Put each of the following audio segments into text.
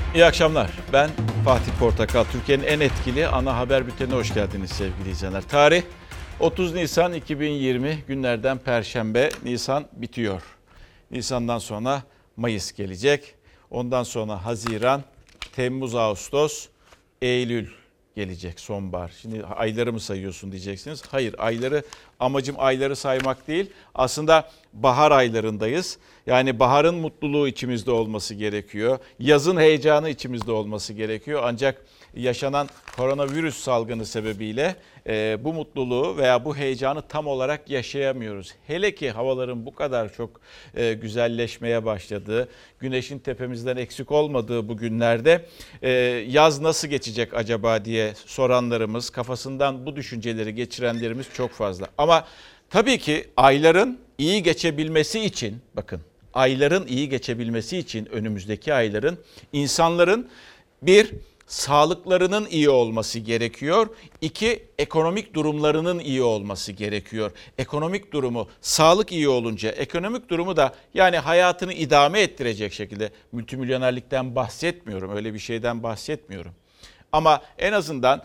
İyi akşamlar. Ben Fatih Portakal. Türkiye'nin en etkili ana haber bültenine hoş geldiniz sevgili izleyenler. Tarih 30 Nisan 2020 günlerden Perşembe. Nisan bitiyor. Nisan'dan sonra Mayıs gelecek. Ondan sonra Haziran, Temmuz, Ağustos, Eylül gelecek, sonbahar. Şimdi ayları mı sayıyorsun diyeceksiniz. Hayır, amacım ayları saymak değil. Aslında bahar aylarındayız. Yani baharın mutluluğu içimizde olması gerekiyor. Yazın heyecanı içimizde olması gerekiyor. Ancak yaşanan koronavirüs salgını sebebiyle bu mutluluğu veya bu heyecanı tam olarak yaşayamıyoruz. Hele ki havaların bu kadar çok güzelleşmeye başladığı, güneşin tepemizden eksik olmadığı bu günlerde yaz nasıl geçecek acaba diye soranlarımız, kafasından bu düşünceleri geçirenlerimiz çok fazla. Ama tabii ki ayların iyi geçebilmesi için, bakın ayların iyi geçebilmesi için önümüzdeki ayların insanların bir sağlıklarının iyi olması gerekiyor. İki, ekonomik durumlarının iyi olması gerekiyor. Ekonomik durumu, sağlık iyi olunca ekonomik durumu da yani hayatını idame ettirecek şekilde, multimilyonerlikten bahsetmiyorum, öyle bir şeyden bahsetmiyorum. Ama en azından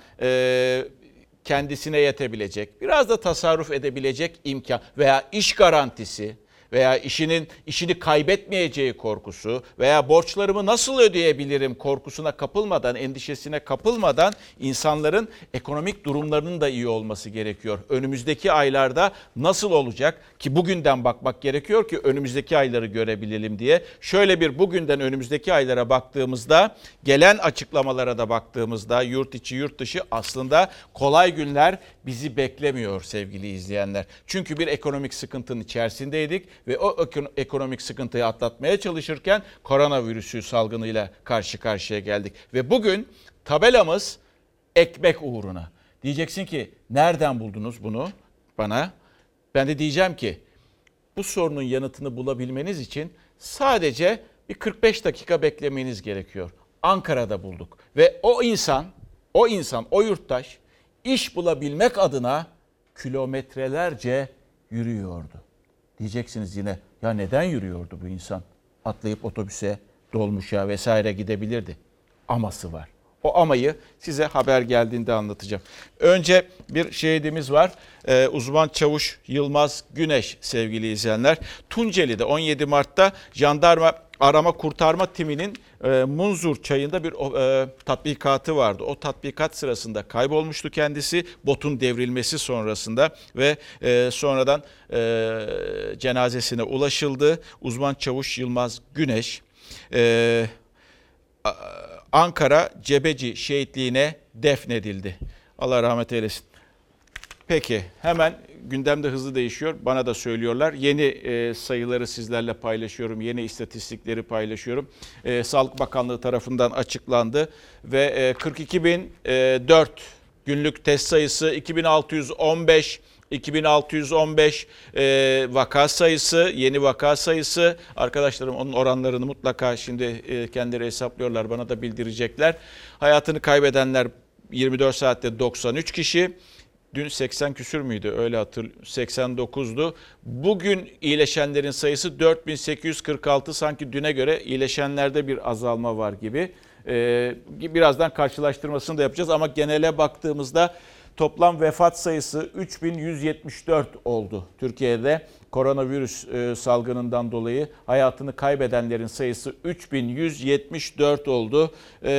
kendisine yetebilecek, biraz da tasarruf edebilecek imkan veya iş garantisi veya işini kaybetmeyeceği korkusu veya borçlarımı nasıl ödeyebilirim korkusuna kapılmadan, endişesine kapılmadan insanların ekonomik durumlarının da iyi olması gerekiyor. Önümüzdeki aylarda nasıl olacak ki bugünden bakmak gerekiyor ki önümüzdeki ayları görebilelim diye. Şöyle bir bugünden önümüzdeki aylara baktığımızda, gelen açıklamalara da baktığımızda yurt içi yurt dışı aslında kolay günler bizi beklemiyor sevgili izleyenler. Çünkü bir ekonomik sıkıntının içerisindeydik ve o ekonomik sıkıntıyı atlatmaya çalışırken koronavirüsü salgınıyla karşı karşıya geldik. Ve bugün tabelamız ekmek uğruna. Diyeceksin ki nereden buldunuz bunu bana? Ben de diyeceğim ki bu sorunun yanıtını bulabilmeniz için sadece bir 45 dakika beklemeniz gerekiyor. Ankara'da bulduk ve o yurttaş iş bulabilmek adına kilometrelerce yürüyordu. Diyeceksiniz yine ya neden yürüyordu bu insan? Atlayıp otobüse, dolmuşa vesaire gidebilirdi. Aması var. O amayı size haber geldiğinde anlatacağım. Önce bir şehidimiz var. Uzman Çavuş Yılmaz Güneş sevgili izleyenler. Tunceli'de 17 Mart'ta jandarma arama kurtarma timinin Munzur çayında bir tatbikatı vardı. O tatbikat sırasında kaybolmuştu kendisi botun devrilmesi sonrasında ve sonradan cenazesine ulaşıldı. Uzman Çavuş Yılmaz Güneş Ankara Cebeci şehitliğine defnedildi. Allah rahmet eylesin. Peki hemen gündemde hızlı değişiyor. Bana da söylüyorlar. Yeni sayıları sizlerle paylaşıyorum. Yeni istatistikleri paylaşıyorum. Sağlık Bakanlığı tarafından açıklandı. Ve 42.004 günlük test sayısı, 2615 vaka sayısı, yeni vaka sayısı. Arkadaşlarım onun oranlarını mutlaka şimdi kendileri hesaplıyorlar. Bana da bildirecekler. Hayatını kaybedenler 24 saatte 93 kişi. Dün 80 küsür müydü? Öyle 89'du. Bugün iyileşenlerin sayısı 4846. Sanki düne göre iyileşenlerde bir azalma var gibi. Birazdan karşılaştırmasını da yapacağız ama genele baktığımızda toplam vefat sayısı 3174 oldu. Türkiye'de koronavirüs salgınından dolayı hayatını kaybedenlerin sayısı 3174 oldu.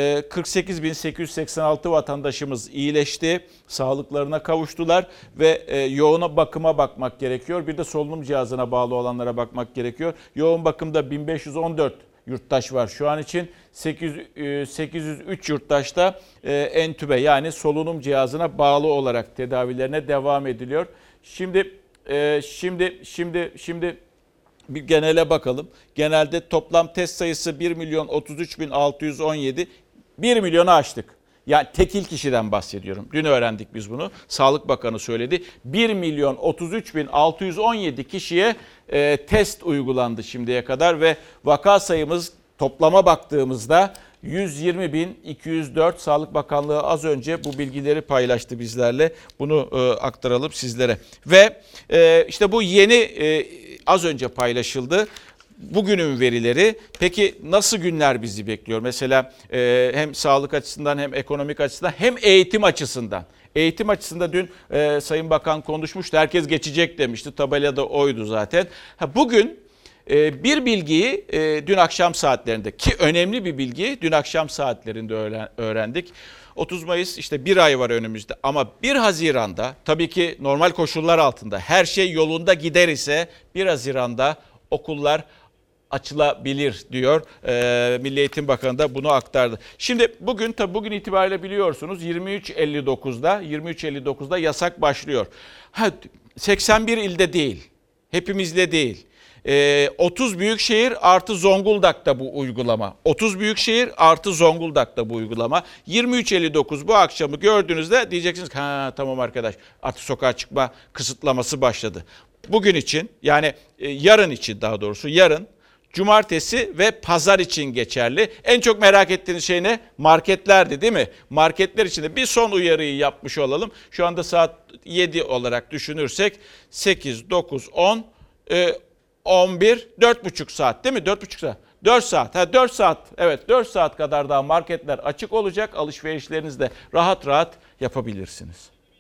48.886 vatandaşımız iyileşti, sağlıklarına kavuştular ve yoğun bakıma bakmak gerekiyor. Bir de solunum cihazına bağlı olanlara bakmak gerekiyor. Yoğun bakımda 1514 yurttaş var şu an için. 803 yurttaş da entübe yani solunum cihazına bağlı olarak tedavilerine devam ediliyor. Şimdi bir genele bakalım. Genelde toplam test sayısı 1.033.617. 1 milyonu aştık. Yani tekil kişiden bahsediyorum. Dün öğrendik biz bunu. Sağlık Bakanı söyledi. 1.033.617 kişiye test uygulandı şimdiye kadar ve vaka sayımız toplama baktığımızda 120.204. Sağlık Bakanlığı az önce bu bilgileri paylaştı bizlerle. Bunu aktaralım sizlere. Ve işte bu yeni az önce paylaşıldı. bugünün verileri. Peki nasıl günler bizi bekliyor? Mesela hem sağlık açısından hem ekonomik açısından hem eğitim açısından. Eğitim açısından dün Sayın Bakan konuşmuştu. Herkes geçecek demişti. Tabelada oydu zaten. Bugün bir bilgiyi dün akşam saatlerinde, ki önemli bir bilgi, dün akşam saatlerinde öğrendik. 30 Mayıs işte bir ay var önümüzde ama 1 Haziran'da tabii ki normal koşullar altında her şey yolunda gider ise 1 Haziran'da okullar açılabilir diyor. Milli Eğitim Bakanı da bunu aktardı. Şimdi bugün itibariyle biliyorsunuz 23.59'da yasak başlıyor. 81 ilde değil. Hepimizde değil. 30 büyükşehir artı Zonguldak'ta bu uygulama. 30 büyükşehir artı Zonguldak'ta bu uygulama. 23.59 bu akşamı gördüğünüzde diyeceksiniz ki tamam arkadaş, artık sokağa çıkma kısıtlaması başladı. Bugün için, yani yarın için, daha doğrusu yarın, cumartesi ve pazar için geçerli. En çok merak ettiğiniz şey ne? Marketlerdi değil mi? Marketler için de bir son uyarıyı yapmış olalım. Şu anda saat 7 olarak düşünürsek 8, 9, 10, 11, 4,5 saat değil mi? 4,5 saat. 4 saat. 4 saat. Evet, 4 saat kadar daha marketler açık olacak. Alışverişlerinizi de rahat rahat yapabilirsiniz.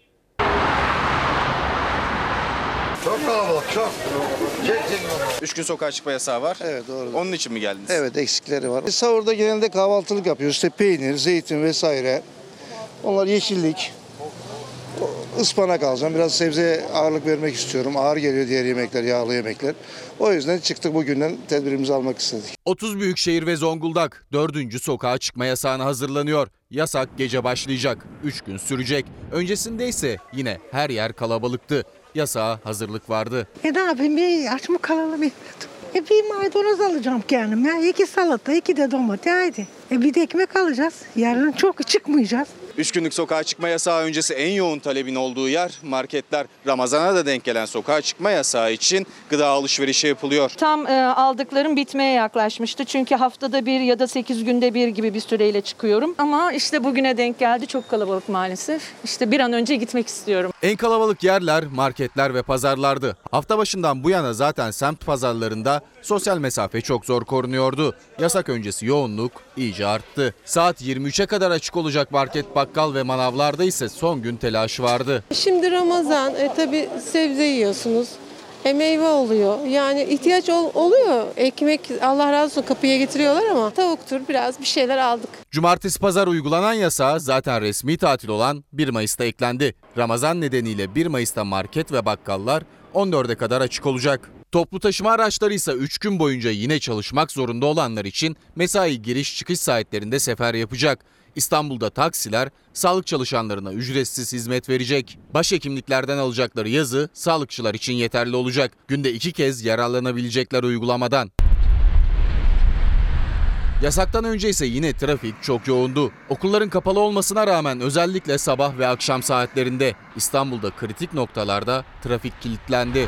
Çok kalabalık, çok. 3 gün sokağa çıkma yasağı var. Evet, doğru. Onun için mi geldiniz? Evet, eksikleri var. Sahurda genelde kahvaltılık yapıyoruz. İşte peynir, zeytin vesaire. Onlar yeşillik. Ispanak alacağım. Biraz sebzeye ağırlık vermek istiyorum. Ağır geliyor diğer yemekler, yağlı yemekler. O yüzden çıktık, bugünden tedbirimizi almak istedik. 30 büyükşehir ve Zonguldak 4. sokağa çıkma yasağına hazırlanıyor. Yasak gece başlayacak. 3 gün sürecek. Öncesinde ise yine her yer kalabalıktı. Yasağa hazırlık vardı. Ne yapayım, bir aç mı kalalım dedim. Bir maydanoz alacağım kendime. 2 salata, 2 de domates, haydi. Bir de ekmek alacağız. Yarın çok çıkmayacağız. 3 günlük sokağa çıkma yasağı öncesi en yoğun talebin olduğu yer marketler. Ramazana da denk gelen sokağa çıkma yasağı için gıda alışverişi yapılıyor. Tam aldıklarım bitmeye yaklaşmıştı. Çünkü haftada bir ya da 8 günde bir gibi bir süreyle çıkıyorum. Ama işte bugüne denk geldi, çok kalabalık maalesef. İşte bir an önce gitmek istiyorum. En kalabalık yerler marketler ve pazarlardı. Hafta başından bu yana zaten semt pazarlarında sosyal mesafe çok zor korunuyordu. Yasak öncesi yoğunluk iyice arttı. Saat 23'e kadar açık olacak market, bakkal ve manavlarda ise son gün telaşı vardı. Şimdi Ramazan, tabii sebze yiyorsunuz. Meyve oluyor. Yani ihtiyaç oluyor. Ekmek Allah razı olsun kapıya getiriyorlar ama tavuktur, biraz bir şeyler aldık. Cumartesi pazar uygulanan yasağa zaten resmi tatil olan 1 Mayıs'ta eklendi. Ramazan nedeniyle 1 Mayıs'ta market ve bakkallar 14'e kadar açık olacak. Toplu taşıma araçları ise 3 gün boyunca yine çalışmak zorunda olanlar için mesai giriş çıkış saatlerinde sefer yapacak. İstanbul'da taksiler sağlık çalışanlarına ücretsiz hizmet verecek. Başhekimliklerden alacakları yazı sağlıkçılar için yeterli olacak. Günde 2 kez yararlanabilecekler uygulamadan. Yasaktan önce ise yine trafik çok yoğundu. Okulların kapalı olmasına rağmen özellikle sabah ve akşam saatlerinde İstanbul'da kritik noktalarda trafik kilitlendi.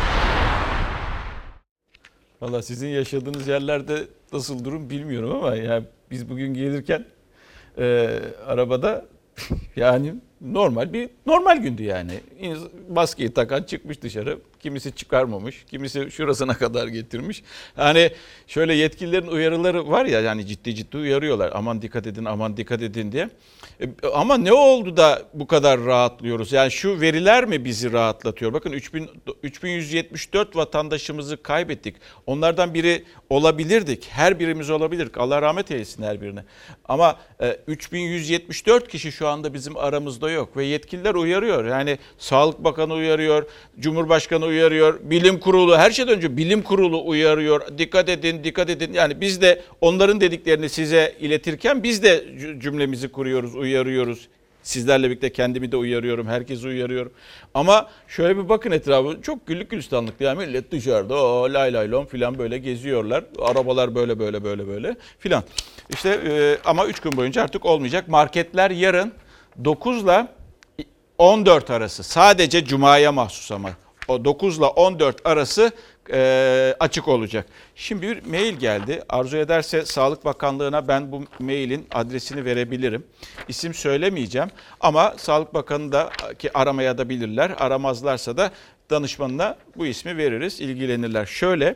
Valla sizin yaşadığınız yerlerde nasıl durum bilmiyorum ama yani biz bugün gelirken arabada yani normal gündü yani. Maskeyi takan çıkmış dışarı. Kimisi çıkarmamış, kimisi şurasına kadar getirmiş. Yani şöyle yetkililerin uyarıları var ya, yani ciddi uyarıyorlar. Aman dikkat edin, aman dikkat edin diye. Ama ne oldu da bu kadar rahatlıyoruz? Yani şu veriler mi bizi rahatlatıyor? Bakın 3174 vatandaşımızı kaybettik. Onlardan biri olabilirdik. Her birimiz olabilirdik. Allah rahmet eylesin her birine. Ama 3174 kişi şu anda bizim aramızda yok ve yetkililer uyarıyor. Yani Sağlık Bakanı uyarıyor, Cumhurbaşkanı uyarıyor, Bilim Kurulu, her şeyden önce Bilim Kurulu uyarıyor. Dikkat edin. Yani biz de onların dediklerini size iletirken biz de cümlemizi kuruyoruz, uyarıyoruz. Sizlerle birlikte kendimi de uyarıyorum, herkesi uyarıyorum. Ama şöyle bir bakın etrafı, çok güllük gülistanlık. Yani millet dışarıda lay lay lom filan böyle geziyorlar. Arabalar böyle filan. İşte ama 3 gün boyunca artık olmayacak. Marketler yarın 9 ile 14 arası, sadece Cuma'ya mahsus ama o 9 ile 14 arası açık olacak. Şimdi bir mail geldi. Arzu ederse Sağlık Bakanlığı'na ben bu mailin adresini verebilirim. İsim söylemeyeceğim ama Sağlık Bakanı da ki aramaya da bilirler. Aramazlarsa da danışmanına bu ismi veririz, ilgilenirler. Şöyle,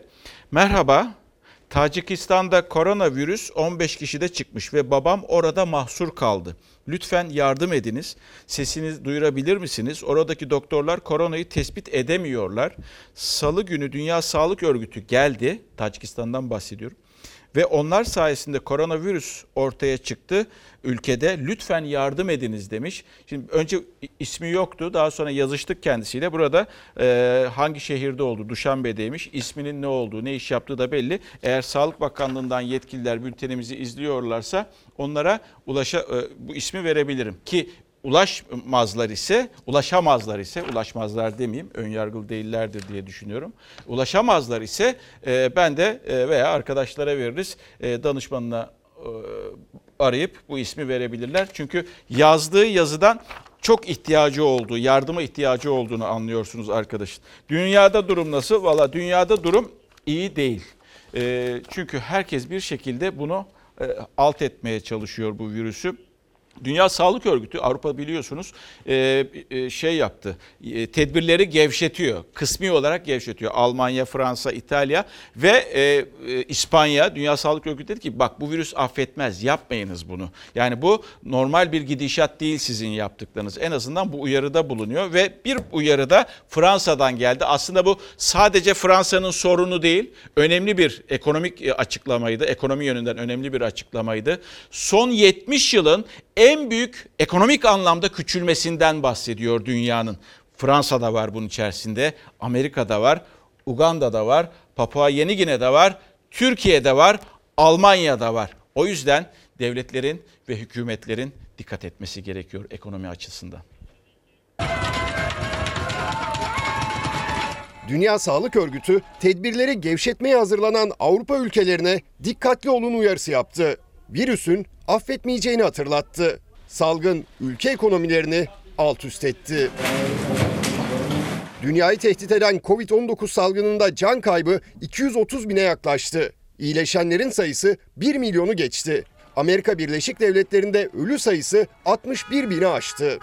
Merhaba. Tacikistan'da koronavirüs 15 kişide çıkmış ve babam orada mahsur kaldı. Lütfen yardım ediniz. Sesinizi duyurabilir misiniz? Oradaki doktorlar koronayı tespit edemiyorlar. Salı günü Dünya Sağlık Örgütü geldi. Tacikistan'dan bahsediyorum. Ve onlar sayesinde koronavirüs ortaya çıktı ülkede. Lütfen yardım ediniz demiş. Şimdi önce ismi yoktu. Daha sonra yazıştık kendisiyle. Burada hangi şehirde olduğu, Duşanbe'deymiş. İsminin ne olduğu, ne iş yaptığı da belli. Eğer Sağlık Bakanlığı'ndan yetkililer bültenimizi izliyorlarsa onlara bu ismi verebilirim. Ki ulaşamazlar demeyeyim, önyargılı değillerdir diye düşünüyorum. Ulaşamazlar ise ben de veya arkadaşlara veririz, danışmanına arayıp bu ismi verebilirler. Çünkü yazdığı yazıdan çok yardıma ihtiyacı olduğunu anlıyorsunuz arkadaşın. Dünyada durum nasıl? Valla dünyada durum iyi değil. Çünkü herkes bir şekilde bunu alt etmeye çalışıyor, bu virüsü. Dünya Sağlık Örgütü, Avrupa biliyorsunuz yaptı, tedbirleri gevşetiyor, kısmi olarak gevşetiyor. Almanya, Fransa, İtalya ve İspanya, Dünya Sağlık Örgütü dedi ki bak bu virüs affetmez, yapmayınız bunu. Yani bu normal bir gidişat değil sizin yaptıklarınız. En azından bu uyarıda bulunuyor ve bir uyarı da Fransa'dan geldi. Aslında bu sadece Fransa'nın sorunu değil, önemli bir ekonomik açıklamaydı, ekonomi yönünden önemli bir açıklamaydı. Son 70 yılın en büyük ekonomik anlamda küçülmesinden bahsediyor dünyanın. Fransa'da var bunun içerisinde, Amerika'da var, Uganda'da var, Papua Yeni Gine'de var, Türkiye'de var, Almanya'da var. O yüzden devletlerin ve hükümetlerin dikkat etmesi gerekiyor ekonomi açısından. Dünya Sağlık Örgütü tedbirleri gevşetmeye hazırlanan Avrupa ülkelerine dikkatli olun uyarısı yaptı. Virüsün affetmeyeceğini hatırlattı. Salgın ülke ekonomilerini alt üst etti. Dünyayı tehdit eden Covid-19 salgınında can kaybı 230 bine yaklaştı. İyileşenlerin sayısı 1 milyonu geçti. Amerika Birleşik Devletleri'nde ölü sayısı 61 bini aştı.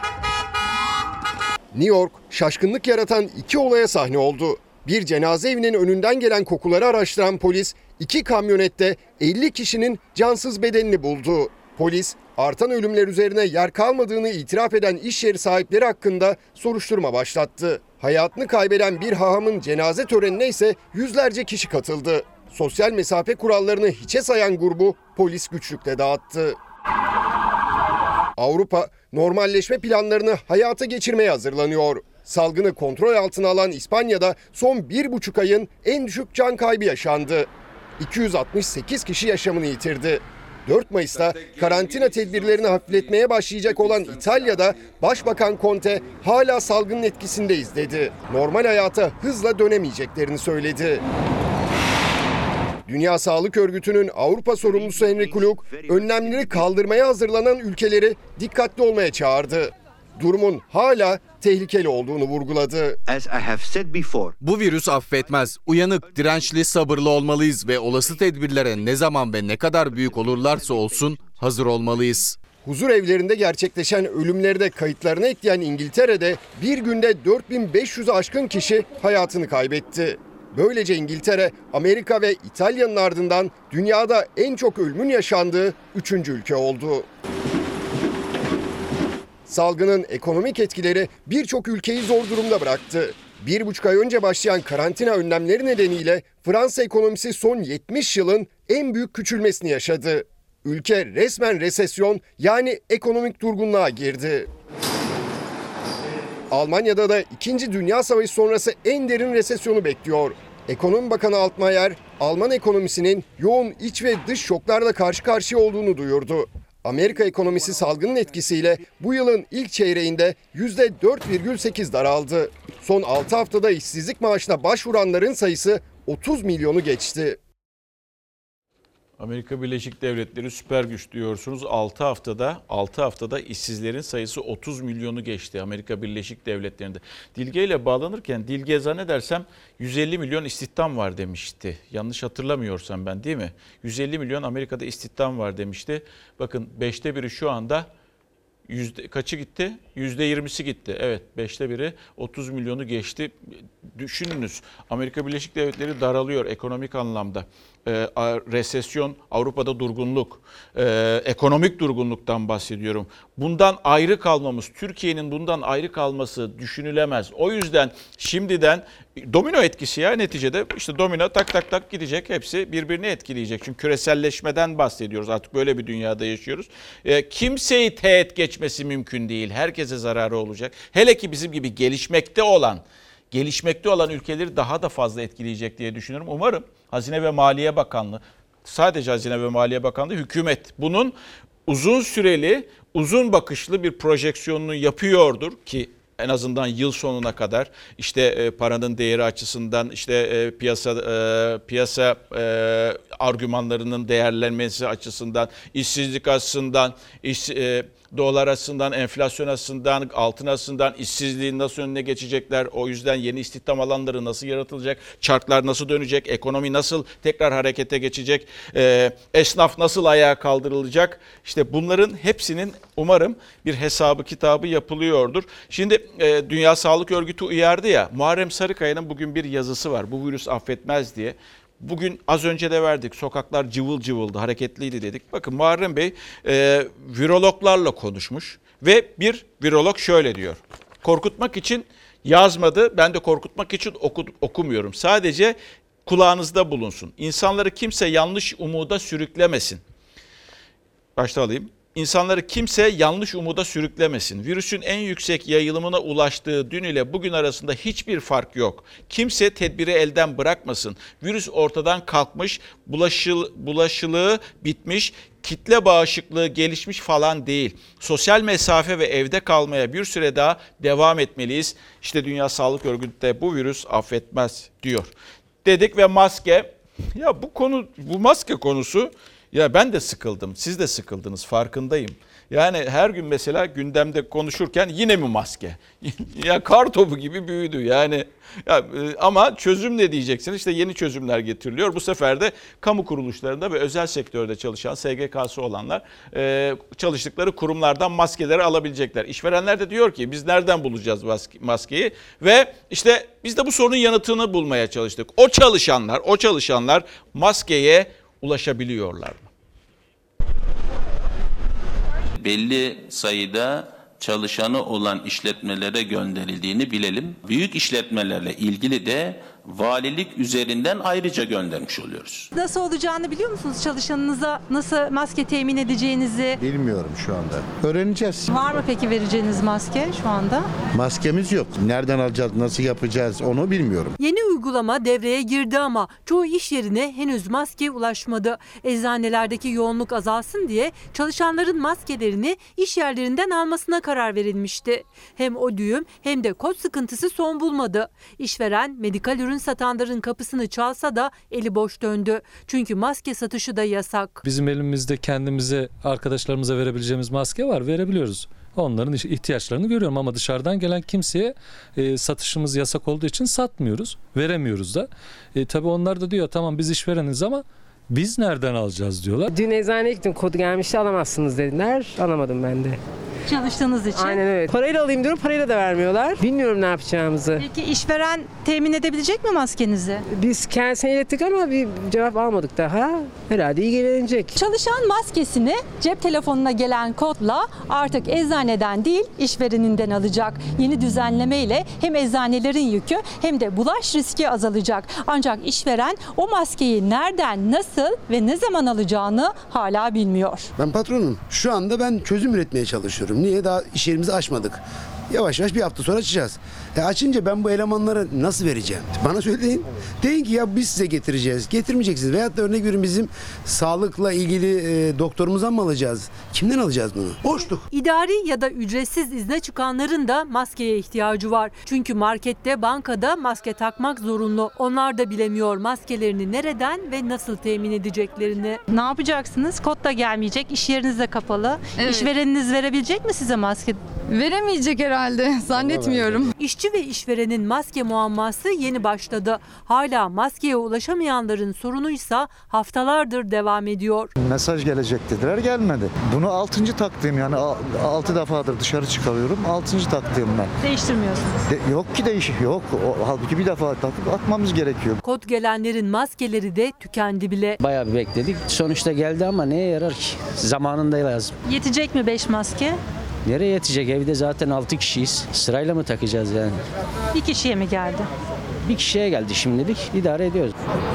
New York şaşkınlık yaratan iki olaya sahne oldu. Bir cenaze evinin önünden gelen kokuları araştıran polis, 2 kamyonette 50 kişinin cansız bedenini buldu. Polis, artan ölümler üzerine yer kalmadığını itiraf eden iş yeri sahipleri hakkında soruşturma başlattı. Hayatını kaybeden bir hahamın cenaze törenine ise yüzlerce kişi katıldı. Sosyal mesafe kurallarını hiçe sayan grubu polis güçlükle dağıttı. Avrupa normalleşme planlarını hayata geçirmeye hazırlanıyor. Salgını kontrol altına alan İspanya'da son 1,5 ayın en düşük can kaybı yaşandı. 268 kişi yaşamını yitirdi. 4 Mayıs'ta karantina tedbirlerini hafifletmeye başlayacak olan İtalya'da Başbakan Conte hala salgının etkisindeyiz dedi. Normal hayata hızla dönemeyeceklerini söyledi. Dünya Sağlık Örgütü'nün Avrupa sorumlusu Henry Klug, önlemleri kaldırmaya hazırlanan ülkeleri dikkatli olmaya çağırdı. Durumun hala tehlikeli olduğunu vurguladı. Bu virüs affetmez. Uyanık, dirençli, sabırlı olmalıyız ve olası tedbirlere ne zaman ve ne kadar büyük olurlarsa olsun hazır olmalıyız. Huzur evlerinde gerçekleşen ölümleri de kayıtlarına ekleyen İngiltere'de bir günde 4500'ü aşkın kişi hayatını kaybetti. Böylece İngiltere, Amerika ve İtalya'nın ardından dünyada en çok ölümün yaşandığı 3. ülke oldu. Salgının ekonomik etkileri birçok ülkeyi zor durumda bıraktı. 1,5 ay önce başlayan karantina önlemleri nedeniyle Fransa ekonomisi son 70 yılın en büyük küçülmesini yaşadı. Ülke resmen resesyon yani ekonomik durgunluğa girdi. Almanya'da da 2. Dünya Savaşı sonrası en derin resesyonu bekliyor. Ekonomi Bakanı Altmaier, Alman ekonomisinin yoğun iç ve dış şoklarla karşı karşıya olduğunu duyurdu. Amerika ekonomisi salgının etkisiyle bu yılın ilk çeyreğinde %4,8 daraldı. Son 6 haftada işsizlik maaşına başvuranların sayısı 30 milyonu geçti. Amerika Birleşik Devletleri süper güç diyorsunuz. 6 haftada işsizlerin sayısı 30 milyonu geçti Amerika Birleşik Devletleri'nde. Dilge ile bağlanırken Dilge zannedersem 150 milyon istihdam var demişti. Yanlış hatırlamıyorsam ben, değil mi? 150 milyon Amerika'da istihdam var demişti. Bakın 5'te biri şu anda Kaçı gitti? %20'si gitti. Evet, 5'te 1'i 30 milyonu geçti. Düşününüz, Amerika Birleşik Devletleri daralıyor ekonomik anlamda. Resesyon, Avrupa'da durgunluk, ekonomik durgunluktan bahsediyorum. Bundan ayrı kalmamız, Türkiye'nin bundan ayrı kalması düşünülemez. O yüzden şimdiden domino etkisi ya neticede işte domino tak tak tak gidecek, hepsi birbirini etkileyecek. Çünkü küreselleşmeden bahsediyoruz, artık böyle bir dünyada yaşıyoruz. Kimseyi teğet geçmesi mümkün değil, herkese zararı olacak. Hele ki bizim gibi gelişmekte olan ülkeleri daha da fazla etkileyecek diye düşünüyorum. Umarım Hazine ve Maliye Bakanlığı, sadece Hazine ve Maliye Bakanlığı, hükümet bunun uzun süreli, uzun bakışlı bir projeksiyonunu yapıyordur ki en azından yıl sonuna kadar işte paranın değeri açısından, işte piyasa argümanlarının değerlenmesi açısından, işsizlik açısından, dolar açısından, enflasyon açısından, altın açısından, işsizliğin nasıl önüne geçecekler, o yüzden yeni istihdam alanları nasıl yaratılacak, çarklar nasıl dönecek, ekonomi nasıl tekrar harekete geçecek, esnaf nasıl ayağa kaldırılacak, işte bunların hepsinin umarım bir hesabı kitabı yapılıyordur. Şimdi Dünya Sağlık Örgütü uyardı ya, Muharrem Sarıkaya'nın bugün bir yazısı var, bu virüs affetmez diye. Bugün az önce de verdik, sokaklar cıvıl cıvıldı, hareketliydi dedik. Bakın Muharrem Bey virologlarla konuşmuş ve bir virolog şöyle diyor. Korkutmak için yazmadı, ben de korkutmak için okumuyorum. Sadece kulağınızda bulunsun. İnsanları kimse yanlış umuda sürüklemesin. Başta alayım. İnsanları kimse yanlış umuda sürüklemesin. Virüsün en yüksek yayılımına ulaştığı dün ile bugün arasında hiçbir fark yok. Kimse tedbiri elden bırakmasın. Virüs ortadan kalkmış, bulaşılığı bitmiş, kitle bağışıklığı gelişmiş falan değil. Sosyal mesafe ve evde kalmaya bir süre daha devam etmeliyiz. İşte Dünya Sağlık Örgütü de bu virüs affetmez diyor. Dedik ve maske, ya bu maske konusu, ya ben de sıkıldım, siz de sıkıldınız, farkındayım. Yani her gün mesela gündemde konuşurken yine mi maske? Ya kar topu gibi büyüdü yani. Ama çözüm ne diyeceksiniz? İşte yeni çözümler getiriliyor. Bu sefer de kamu kuruluşlarında ve özel sektörde çalışan SGK'sı olanlar çalıştıkları kurumlardan maskeleri alabilecekler. İşverenler de diyor ki biz nereden bulacağız maskeyi? Ve işte biz de bu sorunun yanıtını bulmaya çalıştık. O çalışanlar maskeye ulaşabiliyorlar mı? Belli sayıda çalışanı olan işletmelere gönderildiğini bilelim. Büyük işletmelerle ilgili de valilik üzerinden ayrıca göndermiş oluyoruz. Nasıl olacağını biliyor musunuz? Çalışanınıza nasıl maske temin edeceğinizi? Bilmiyorum şu anda. Öğreneceğiz. Var mı peki vereceğiniz maske şu anda? Maskemiz yok. Nereden alacağız, nasıl yapacağız onu bilmiyorum. Yeni uygulama devreye girdi ama çoğu iş yerine henüz maske ulaşmadı. Eczanelerdeki yoğunluk azalsın diye çalışanların maskelerini iş yerlerinden almasına karar verilmişti. Hem o düğüm hem de kod sıkıntısı son bulmadı. İşveren medikal ürün satanların kapısını çalsa da eli boş döndü. Çünkü maske satışı da yasak. Bizim elimizde kendimize, arkadaşlarımıza verebileceğimiz maske var, verebiliyoruz. Onların ihtiyaçlarını görüyorum ama dışarıdan gelen kimseye satışımız yasak olduğu için satmıyoruz, veremiyoruz da. Tabii onlar da diyor tamam biz işvereniz ama biz nereden alacağız diyorlar. Dün eczaneye gittim, kodu gelmişti, alamazsınız dediler. Alamadım ben de. Çalıştığınız için. Aynen öyle. Parayla alayım diyorum, parayla da vermiyorlar. Bilmiyorum ne yapacağımızı. Peki işveren temin edebilecek mi maskenizi? Biz kendisine ilettik ama bir cevap almadık daha. Herhalde ilgilenecek. Çalışan maskesini cep telefonuna gelen kodla artık eczaneden değil işvereninden alacak. Yeni düzenleme ile hem eczanelerin yükü hem de bulaş riski azalacak. Ancak işveren o maskeyi nereden, nasıl ve ne zaman alacağını hala bilmiyor. Ben patronum. Şu anda ben çözüm üretmeye çalışıyorum. Niye? Daha iş yerimizi açmadık. Yavaş yavaş bir hafta sonra açacağız. Açınca ben bu elemanlara nasıl vereceğim? Bana söyleyin. Deyin ki ya biz size getireceğiz. Getirmeyeceksiniz. Veyahut da örnek veriyorum bizim sağlıkla ilgili doktorumuzdan mı alacağız? Kimden alacağız bunu? Boşluk. İdari ya da ücretsiz izne çıkanların da maskeye ihtiyacı var. Çünkü markette, bankada maske takmak zorunlu. Onlar da bilemiyor maskelerini nereden ve nasıl temin edeceklerini. Ne yapacaksınız? Kod da gelmeyecek. İş yeriniz de kapalı. Evet. İşvereniniz verebilecek mi size maske? Veremeyecek herhalde, zannetmiyorum. İşçi ve işverenin maske muamması yeni başladı. Hala maskeye ulaşamayanların sorunuysa haftalardır devam ediyor. Mesaj gelecek dediler, gelmedi. Bunu 6. taktığım, yani 6 defadır dışarı çıkarıyorum. 6. taktığım ben. Değiştirmiyorsunuz. Yok ki değişik yok. Halbuki bir defa takıp atmamız gerekiyor. Kod gelenlerin maskeleri de tükendi bile. Bayağı bir bekledik. Sonuçta geldi ama neye yarar ki? Zamanında lazım. Yetecek mi 5 maske? Nereye yetecek? Evde zaten 6 kişiyiz. Sırayla mı takacağız yani? Bir kişiye mi geldi? Bir kişiye geldi şimdilik. İdare ediyoruz.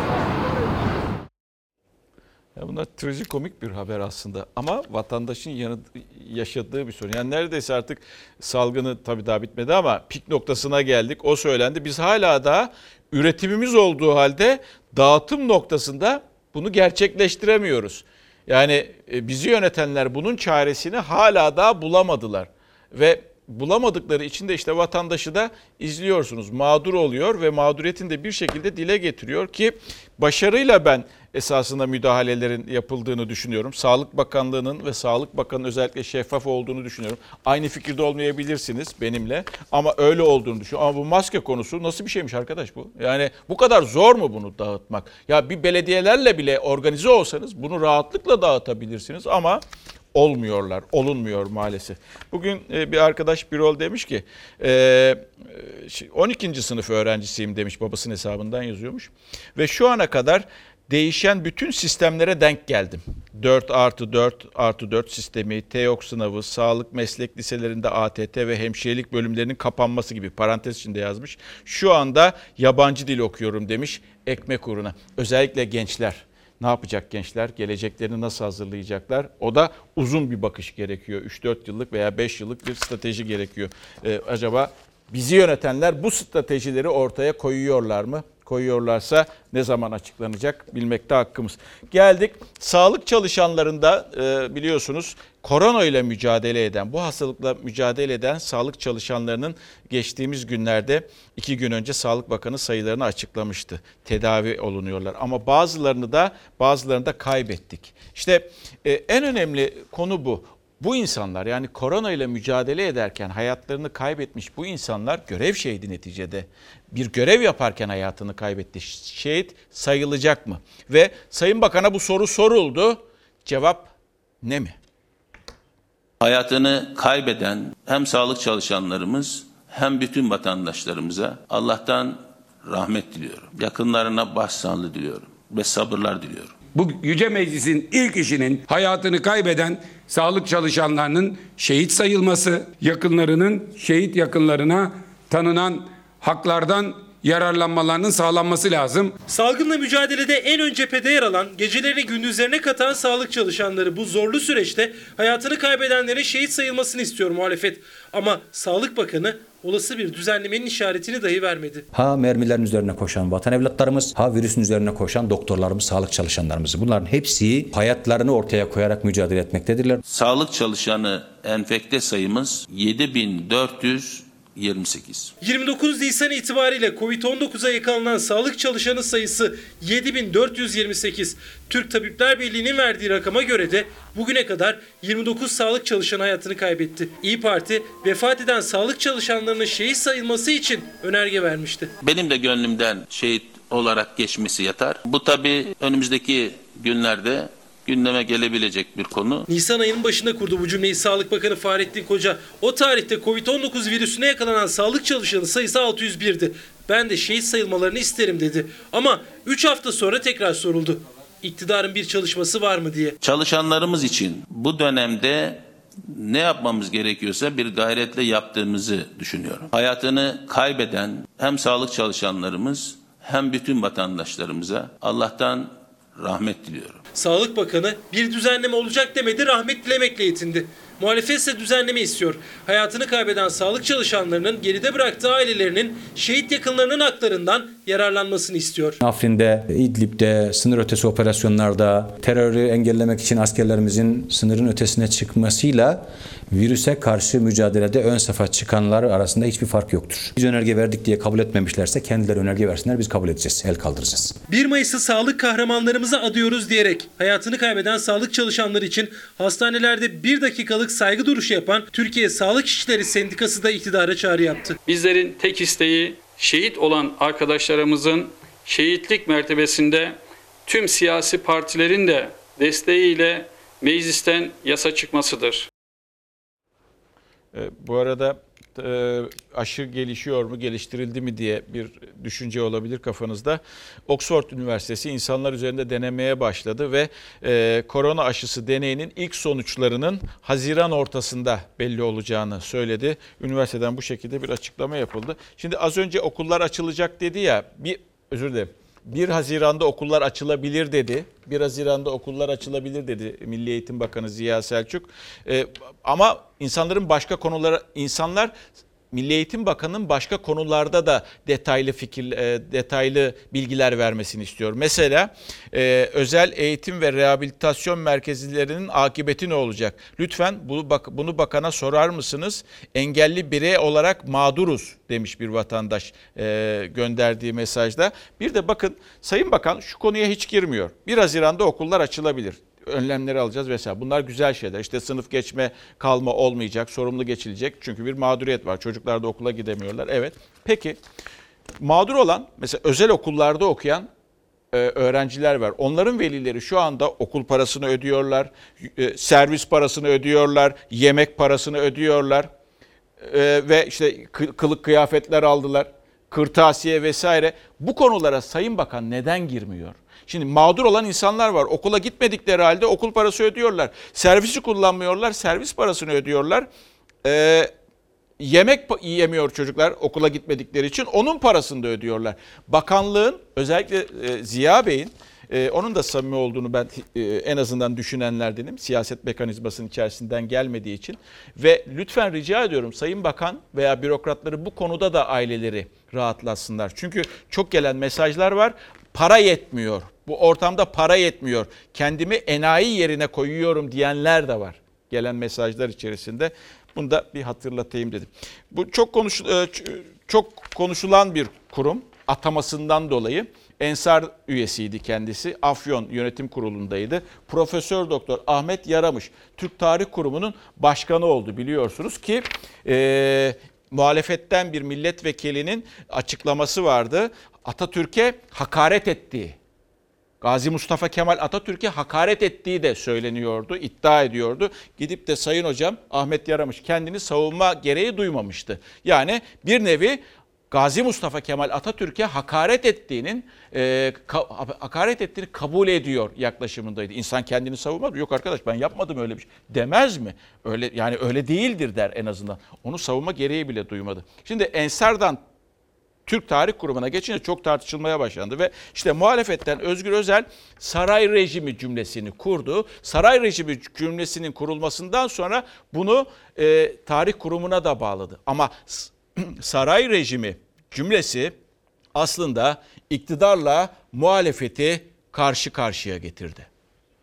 Ya bunlar trajikomik bir haber aslında ama vatandaşın yaşadığı bir sorun. Yani neredeyse artık salgını tabii daha bitmedi ama pik noktasına geldik. O söylendi. Biz hala da üretimimiz olduğu halde dağıtım noktasında bunu gerçekleştiremiyoruz. Yani bizi yönetenler bunun çaresini hala daha bulamadılar. Ve bulamadıkları için de işte vatandaşı da izliyorsunuz. Mağdur oluyor ve mağduriyetini de bir şekilde dile getiriyor ki başarıyla ben esasında müdahalelerin yapıldığını düşünüyorum. Sağlık Bakanlığı'nın ve Sağlık Bakanı'nın özellikle şeffaf olduğunu düşünüyorum. Aynı fikirde olmayabilirsiniz benimle ama öyle olduğunu düşünüyorum. Ama bu maske konusu nasıl bir şeymiş arkadaş bu? Yani bu kadar zor mu bunu dağıtmak? Ya bir belediyelerle bile organize olsanız bunu rahatlıkla dağıtabilirsiniz ama olmuyorlar, olunmuyor maalesef. Bugün bir arkadaş Birol demiş ki 12. sınıf öğrencisiyim demiş, babasının hesabından yazıyormuş. Ve şu ana kadar değişen bütün sistemlere denk geldim. 4+4+4 sistemi, TEOK sınavı, sağlık meslek liselerinde ATT ve hemşirelik bölümlerinin kapanması gibi, parantez içinde yazmış. Şu anda yabancı dil okuyorum demiş ekmek uğruna. Özellikle gençler. Ne yapacak gençler? Geleceklerini nasıl hazırlayacaklar? O da uzun bir bakış gerekiyor. 3-4 yıllık veya 5 yıllık bir strateji gerekiyor. Acaba bizi yönetenler bu stratejileri ortaya koyuyorlar mı? Koyuyorlarsa ne zaman açıklanacak bilmekte hakkımız. Geldik sağlık çalışanlarında biliyorsunuz korona ile mücadele eden, bu hastalıkla mücadele eden sağlık çalışanlarının geçtiğimiz günlerde 2 gün önce Sağlık Bakanı sayılarını açıklamıştı. Tedavi olunuyorlar ama bazılarını da kaybettik. İşte en önemli konu bu. Bu insanlar, yani korona ile mücadele ederken hayatlarını kaybetmiş bu insanlar görev şehidi neticede. Bir görev yaparken hayatını kaybetti. Şehit sayılacak mı? Ve Sayın Bakan'a bu soru soruldu. Cevap ne mi? Hayatını kaybeden hem sağlık çalışanlarımız hem bütün vatandaşlarımıza Allah'tan rahmet diliyorum. Yakınlarına başsağlığı diliyorum ve sabırlar diliyorum. Bu Yüce Meclis'in ilk işinin hayatını kaybeden sağlık çalışanlarının şehit sayılması, yakınlarının şehit yakınlarına tanınan haklardan yararlanmalarının sağlanması lazım. Salgınla mücadelede en ön cephede yer alan, gecelerini gündüzlerine katan sağlık çalışanları bu zorlu süreçte hayatını kaybedenlerin şehit sayılmasını istiyor muhalefet. Ama Sağlık Bakanı olası bir düzenlemenin işaretini dahi vermedi. Ha mermilerin üzerine koşan vatan evlatlarımız, ha virüsün üzerine koşan doktorlarımız, sağlık çalışanlarımız. Bunların hepsi hayatlarını ortaya koyarak mücadele etmektedirler. Sağlık çalışanı enfekte sayımız 7428. 29 Nisan itibariyle Covid-19'a yakalanan sağlık çalışanı sayısı 7428. Türk Tabipler Birliği'nin verdiği rakama göre de bugüne kadar 29 sağlık çalışanı hayatını kaybetti. İYİ Parti vefat eden sağlık çalışanlarının şehit sayılması için önerge vermişti. Benim de gönlümden şehit olarak geçmesi yatar. Bu tabii önümüzdeki günlerde gündeme gelebilecek bir konu. Nisan ayının başında kurdu bu cümleyi Sağlık Bakanı Fahrettin Koca. O tarihte Covid-19 virüsüne yakalanan sağlık çalışanı sayısı 601'di. Ben de şehit sayılmalarını isterim dedi. Ama 3 hafta sonra tekrar soruldu. İktidarın bir çalışması var mı diye. Çalışanlarımız için bu dönemde ne yapmamız gerekiyorsa bir gayretle yaptığımızı düşünüyorum. Hayatını kaybeden hem sağlık çalışanlarımız hem bütün vatandaşlarımıza Allah'tan rahmet diliyorum. Sağlık Bakanı bir düzenleme olacak demedi, rahmet dilemekle yetindi. Muhalefet ise düzenleme istiyor. Hayatını kaybeden sağlık çalışanlarının geride bıraktığı ailelerinin şehit yakınlarının haklarından yararlanmasını istiyor. Afrin'de, İdlib'de, sınır ötesi operasyonlarda terörü engellemek için askerlerimizin sınırın ötesine çıkmasıyla virüse karşı mücadelede ön safa çıkanlar arasında hiçbir fark yoktur. Biz önerge verdik diye kabul etmemişlerse kendileri önerge versinler, biz kabul edeceğiz, el kaldıracağız. 1 Mayıs'ı sağlık kahramanlarımıza adıyoruz diyerek hayatını kaybeden sağlık çalışanları için hastanelerde 1 dakikalık saygı duruşu yapan Türkiye Sağlık İşçileri Sendikası da iktidara çağrı yaptı. Bizlerin tek isteği şehit olan arkadaşlarımızın şehitlik mertebesinde tüm siyasi partilerin de desteğiyle meclisten yasa çıkmasıdır. Bu arada aşı gelişiyor mu, geliştirildi mi diye bir düşünce olabilir kafanızda. Oxford Üniversitesi insanlar üzerinde denemeye başladı ve korona aşısı deneyinin ilk sonuçlarının Haziran ortasında belli olacağını söyledi. Üniversiteden bu şekilde bir açıklama yapıldı. Şimdi az önce okullar açılacak dedi ya, özür dilerim. 1 Haziran'da okullar açılabilir dedi. 1 Haziran'da okullar açılabilir dedi Milli Eğitim Bakanı Ziya Selçuk. Ama insanlar Milli Eğitim Bakanı'nın başka konularda da detaylı bilgiler vermesini istiyor. Mesela özel eğitim ve rehabilitasyon merkezlerinin akıbeti ne olacak? Lütfen bunu bakana sorar mısınız? Engelli birey olarak mağduruz demiş bir vatandaş gönderdiği mesajda. Bir de bakın Sayın Bakan şu konuya hiç girmiyor. 1 Haziran'da okullar açılabilir. Önlemleri alacağız vesaire. Bunlar güzel şeyler. İşte sınıf geçme kalma olmayacak, sorumlu geçilecek. Çünkü bir mağduriyet var. Çocuklar da okula gidemiyorlar. Evet. Peki mağdur olan mesela özel okullarda okuyan öğrenciler var. Onların velileri şu anda okul parasını ödüyorlar, servis parasını ödüyorlar, yemek parasını ödüyorlar ve işte kılık kıyafetler aldılar, kırtasiye vesaire. Bu konulara Sayın Bakan neden girmiyor? Şimdi mağdur olan insanlar var. Okula gitmedikleri halde okul parası ödüyorlar. Servisi kullanmıyorlar, servis parasını ödüyorlar. Yemek yiyemiyor çocuklar okula gitmedikleri için. Onun parasını da ödüyorlar. Bakanlığın, özellikle Ziya Bey'in, onun da samimi olduğunu ben en azından düşünenlerdenim. Siyaset mekanizmasının içerisinden gelmediği için. Ve lütfen rica ediyorum Sayın Bakan veya bürokratları bu konuda da aileleri rahatlatsınlar. Çünkü çok gelen mesajlar var. Para yetmiyor. Bu ortamda para yetmiyor. Kendimi enayi yerine koyuyorum diyenler de var. Gelen mesajlar içerisinde. Bunu da bir hatırlatayım dedim. Bu çok konuşulan bir kurum. Atamasından dolayı. Ensar üyesiydi kendisi. Afyon Yönetim Kurulu'ndaydı. Profesör Doktor Ahmet Yaramış Türk Tarih Kurumu'nun başkanı oldu biliyorsunuz ki muhalefetten bir milletvekilinin açıklaması vardı. Atatürk'e hakaret ettiği, Gazi Mustafa Kemal Atatürk'e hakaret ettiği de söyleniyordu, iddia ediyordu. Gidip de Sayın Hocam Ahmet Yaramış kendini savunma gereği duymamıştı. Yani bir nevi Gazi Mustafa Kemal Atatürk'e hakaret ettiğini kabul ediyor yaklaşımındaydı. İnsan kendini savunmaz. Yok arkadaş ben yapmadım öyle bir şey. Demez mi? Öyle yani öyle değildir der en azından. Onu savunma gereği bile duymadı. Şimdi Ensar'dan Türk Tarih Kurumu'na geçince çok tartışılmaya başlandı ve işte muhalefetten Özgür Özel saray rejimi cümlesini kurdu. Saray rejimi cümlesinin kurulmasından sonra bunu Tarih Kurumu'na da bağladı. Ama saray rejimi cümlesi aslında iktidarla muhalefeti karşı karşıya getirdi.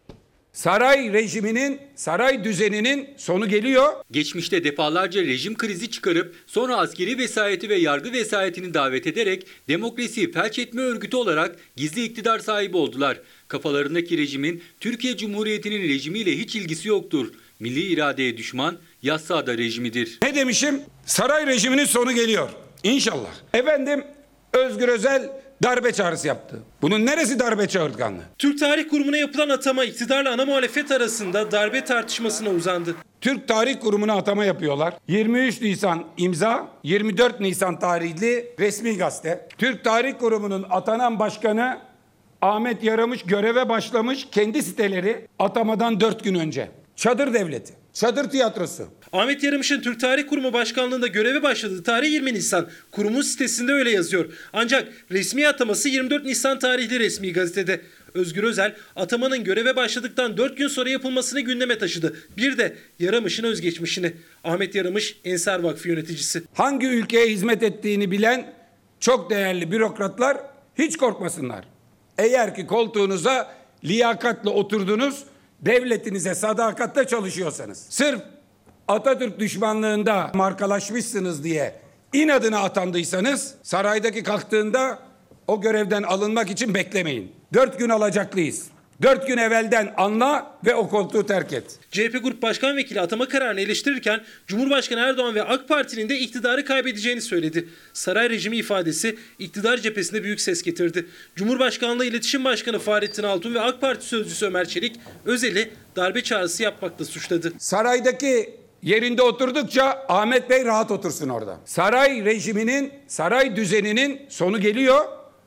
Saray rejiminin, saray düzeninin sonu geliyor. Geçmişte defalarca rejim krizi çıkarıp sonra askeri vesayeti ve yargı vesayetini davet ederek demokrasiyi felç etme örgütü olarak gizli iktidar sahibi oldular. Kafalarındaki rejimin Türkiye Cumhuriyeti'nin rejimiyle hiç ilgisi yoktur. Milli iradeye düşman, yassıada rejimidir. Ne demişim? Saray rejiminin sonu geliyor. İnşallah. Efendim Özgür Özel darbe çağrısı yaptı. Bunun neresi darbe çağırtkanlığı? Türk Tarih Kurumu'na yapılan atama iktidarla ana muhalefet arasında darbe tartışmasına uzandı. Türk Tarih Kurumu'na atama yapıyorlar. 23 Nisan imza, 24 Nisan tarihli resmi gazete. Türk Tarih Kurumu'nun atanan başkanı Ahmet Yaramış göreve başlamış, kendi siteleri atamadan 4 gün önce. Çadır devleti, çadır tiyatrosu. Ahmet Yaramış'ın Türk Tarih Kurumu Başkanlığı'nda göreve başladığı tarih 20 Nisan. Kurumun sitesinde öyle yazıyor. Ancak resmi ataması 24 Nisan tarihli resmi gazetede. Özgür Özel atamanın göreve başladıktan 4 gün sonra yapılmasını gündeme taşıdı. Bir de Yaramış'ın özgeçmişini. Ahmet Yaramış Ensar Vakfı yöneticisi. Hangi ülkeye hizmet ettiğini bilen çok değerli bürokratlar hiç korkmasınlar. Eğer ki koltuğunuza liyakatla oturdunuz, devletinize sadakatle çalışıyorsanız, sırf Atatürk düşmanlığında markalaşmışsınız diye inadına atandıysanız, saraydaki kalktığında o görevden alınmak için beklemeyin. 4 gün alacaklıyız. 4 gün evvelden anla ve o koltuğu terk et. CHP Grup Başkan Vekili atama kararını eleştirirken Cumhurbaşkanı Erdoğan ve AK Parti'nin de iktidarı kaybedeceğini söyledi. Saray rejimi ifadesi iktidar cephesinde büyük ses getirdi. Cumhurbaşkanlığı İletişim Başkanı Fahrettin Altun ve AK Parti Sözcüsü Ömer Çelik Özel'i darbe çağrısı yapmakla suçladı. Saraydaki yerinde oturdukça Ahmet Bey rahat otursun orada. Saray rejiminin, saray düzeninin sonu geliyor.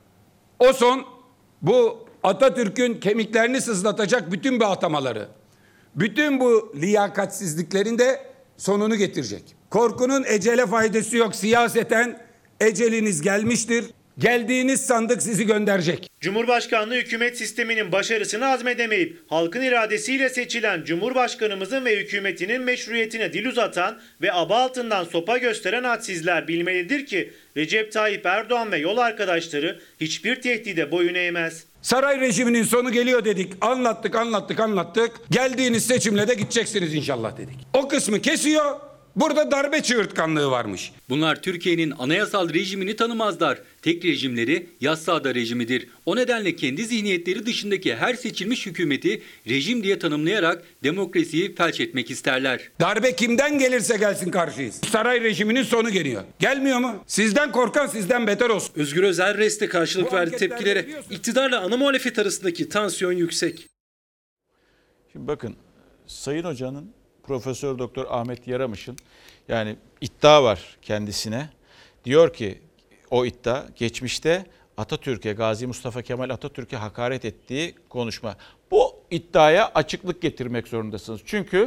O son bu Atatürk'ün kemiklerini sızlatacak bütün bu atamaları, bütün bu liyakatsizliklerin de sonunu getirecek. Korkunun ecele faydası yok. Siyaseten eceliniz gelmiştir. Geldiğiniz sandık sizi gönderecek. Cumhurbaşkanlığı hükümet sisteminin başarısını hazmedemeyip halkın iradesiyle seçilen Cumhurbaşkanımızın ve hükümetinin meşruiyetine dil uzatan ve aba altından sopa gösteren hadsizler bilmelidir ki Recep Tayyip Erdoğan ve yol arkadaşları hiçbir tehdide boyun eğmez. Saray rejiminin sonu geliyor dedik. Anlattık. Geldiğiniz seçimle de gideceksiniz inşallah dedik. O kısmı kesiyor. Burada darbe çığırtkanlığı varmış. Bunlar Türkiye'nin anayasal rejimini tanımazlar. Tek rejimleri yassıada rejimidir. O nedenle kendi zihniyetleri dışındaki her seçilmiş hükümeti rejim diye tanımlayarak demokrasiyi felç etmek isterler. Darbe kimden gelirse gelsin karşıyız. Saray rejiminin sonu geliyor. Gelmiyor mu? Sizden korkan sizden beter olsun. Özgür Özel reste karşılık verdi tepkilere. İktidarla ana muhalefet arasındaki tansiyon yüksek. Şimdi bakın Sayın Hoca'nın Profesör Doktor Ahmet Yaramış'ın yani iddia var kendisine. Diyor ki o iddia geçmişte Atatürk'e, Gazi Mustafa Kemal Atatürk'e hakaret ettiği konuşma. Bu iddiaya açıklık getirmek zorundasınız. Çünkü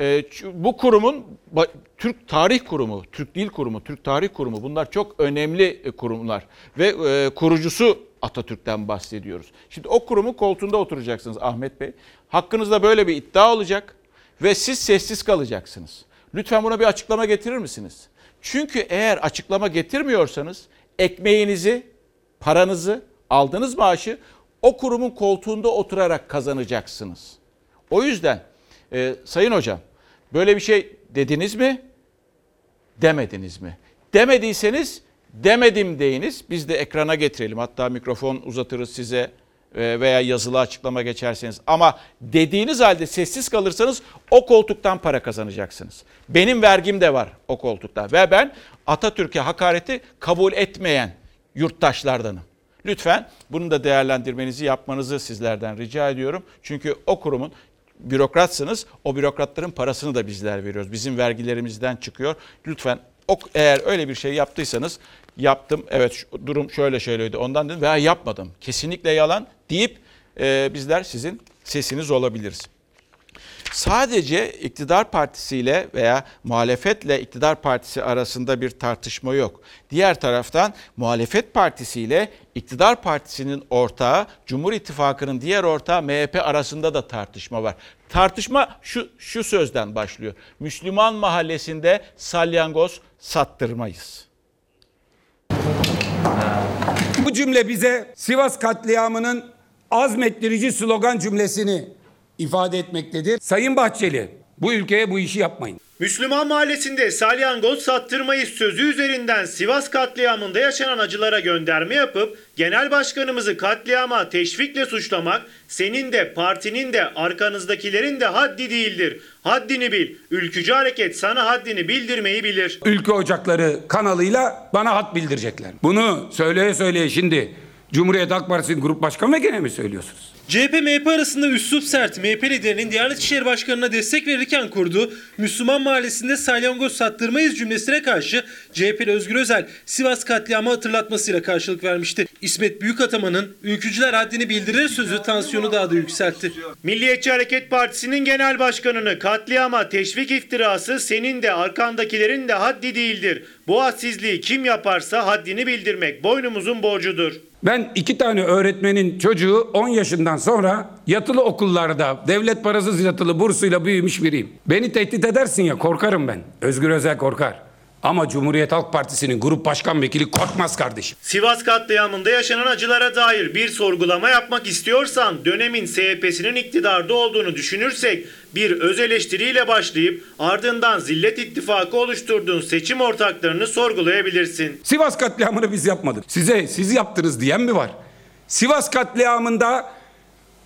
bu kurumun Türk Tarih Kurumu, Türk Dil Kurumu, Türk Tarih Kurumu bunlar çok önemli kurumlar ve kurucusu Atatürk'ten bahsediyoruz. Şimdi o kurumun koltuğunda oturacaksınız Ahmet Bey. Hakkınızda böyle bir iddia olacak. Ve siz sessiz kalacaksınız. Lütfen buna bir açıklama getirir misiniz? Çünkü eğer açıklama getirmiyorsanız ekmeğinizi, paranızı, aldığınız maaşı o kurumun koltuğunda oturarak kazanacaksınız. O yüzden Sayın Hocam böyle bir şey dediniz mi? Demediniz mi? Demediyseniz demedim deyiniz. Biz de ekrana getirelim. Hatta mikrofon uzatırız size. Veya yazılı açıklama geçerseniz ama dediğiniz halde sessiz kalırsanız o koltuktan para kazanacaksınız. Benim vergim de var o koltukta ve ben Atatürk'e hakareti kabul etmeyen yurttaşlardanım. Lütfen bunu da değerlendirmenizi yapmanızı sizlerden rica ediyorum. Çünkü o kurumun bürokratsınız, o bürokratların parasını da bizler veriyoruz. Bizim vergilerimizden çıkıyor. Lütfen eğer öyle bir şey yaptıysanız yaptım, evet durum şöyleydi ondan dedim veya yapmadım. Kesinlikle yalan deyip bizler sizin sesiniz olabiliriz. Sadece iktidar partisiyle veya muhalefetle iktidar partisi arasında bir tartışma yok. Diğer taraftan muhalefet partisiyle iktidar partisinin ortağı, Cumhur İttifakı'nın diğer ortağı MHP arasında da tartışma var. Tartışma şu sözden başlıyor. Müslüman mahallesinde salyangoz sattırmayız. Bu cümle bize Sivas katliamının azmettirici slogan cümlesini ifade etmektedir. Sayın Bahçeli, bu ülkeye bu işi yapmayın. Müslüman mahallesinde salyangoz sattırmayız sözü üzerinden Sivas katliamında yaşanan acılara gönderme yapıp genel başkanımızı katliama teşvikle suçlamak senin de partinin de arkanızdakilerin de haddi değildir. Haddini bil. Ülkücü hareket sana haddini bildirmeyi bilir. Ülke Ocakları kanalıyla bana had bildirecekler. Bunu söyleye şimdi Cumhuriyet Halk Partisi'nin grup başkan vekiline mi söylüyorsunuz? CHP-MHP arasında üslup sert. MHP liderinin Diyanet İşleri Başkanı'na destek verirken kurduğu Müslüman mahallesinde salyangoz sattırmayız cümlesine karşı CHP'li Özgür Özel Sivas katliamı hatırlatmasıyla karşılık vermişti. İsmet Büyükataman'ın ülkücüler haddini bildirir sözü tansiyonu daha da yükseltti. Milliyetçi Hareket Partisi'nin genel başkanını katliama teşvik iftirası senin de arkandakilerin de haddi değildir. Bu hadsizliği kim yaparsa haddini bildirmek boynumuzun borcudur. Ben 2 tane öğretmenin çocuğu 10 yaşından sonra yatılı okullarda devlet parasız yatılı bursuyla büyümüş biriyim. Beni tehdit edersin ya korkarım ben. Özgür Özel korkar. Ama Cumhuriyet Halk Partisi'nin grup başkan vekili korkmaz kardeşim. Sivas katliamında yaşanan acılara dair bir sorgulama yapmak istiyorsan dönemin CHP'sinin iktidarda olduğunu düşünürsek bir öz eleştiriyle başlayıp ardından Zillet İttifakı oluşturduğun seçim ortaklarını sorgulayabilirsin. Sivas katliamını biz yapmadık. Siz yaptınız diyen mi var? Sivas katliamında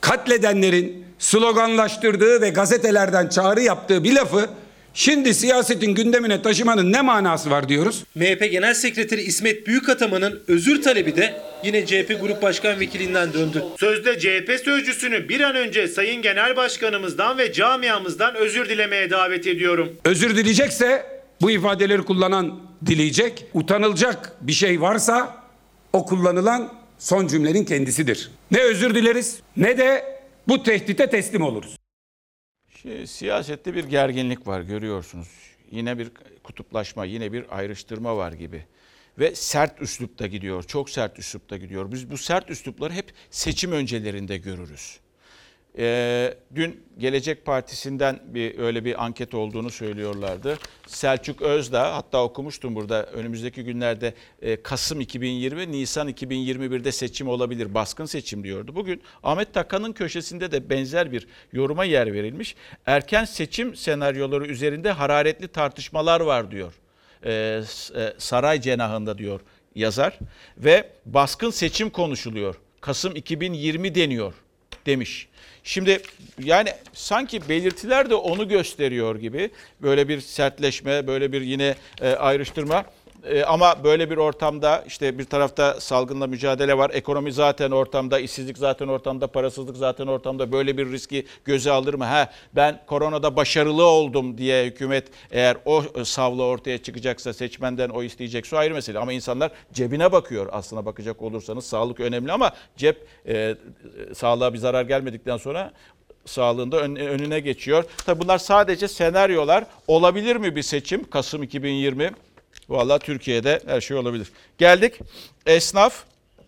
katledenlerin sloganlaştırdığı ve gazetelerden çağrı yaptığı bir lafı şimdi siyasetin gündemine taşımanın ne manası var diyoruz? MHP Genel Sekreteri İsmet Büyükataman'ın özür talebi de yine CHP Grup Başkan Vekilinden döndü. Sözde CHP sözcüsünü bir an önce Sayın Genel Başkanımızdan ve camiamızdan özür dilemeye davet ediyorum. Özür dileyecekse bu ifadeleri kullanan dileyecek. Utanılacak bir şey varsa o kullanılan son cümlenin kendisidir. Ne özür dileriz ne de bu tehdite teslim oluruz. Siyasette bir gerginlik var, görüyorsunuz. Yine bir kutuplaşma, yine bir ayrıştırma var gibi. Ve sert üslupta gidiyor, çok sert üslupta gidiyor. Biz bu sert üslupları hep seçim öncelerinde görürüz. Dün Gelecek Partisi'nden öyle bir anket olduğunu söylüyorlardı. Selçuk Özdağ, hatta okumuştum burada, önümüzdeki günlerde Kasım 2020, Nisan 2021'de seçim olabilir, baskın seçim diyordu. Bugün Ahmet Takan'ın köşesinde de benzer bir yoruma yer verilmiş. Erken seçim senaryoları üzerinde hararetli tartışmalar var diyor. Saray cenahında diyor yazar ve baskın seçim konuşuluyor. Kasım 2020 deniyor demiş. Şimdi yani sanki belirtiler de onu gösteriyor gibi, böyle bir sertleşme, böyle bir yine ayrıştırma. Ama böyle bir ortamda işte bir tarafta salgınla mücadele var, ekonomi zaten ortamda, işsizlik zaten ortamda, parasızlık zaten ortamda, böyle bir riski göze alır mı? Ben koronada başarılı oldum diye hükümet eğer o savla ortaya çıkacaksa, seçmenden o isteyecekse o ayrı mesele. Ama insanlar cebine bakıyor, aslına bakacak olursanız sağlık önemli ama cep sağlığa bir zarar gelmedikten sonra sağlığında önüne geçiyor. Tabii bunlar sadece senaryolar. Olabilir mi bir seçim Kasım 2020? Vallahi Türkiye'de her şey olabilir. Geldik esnaf.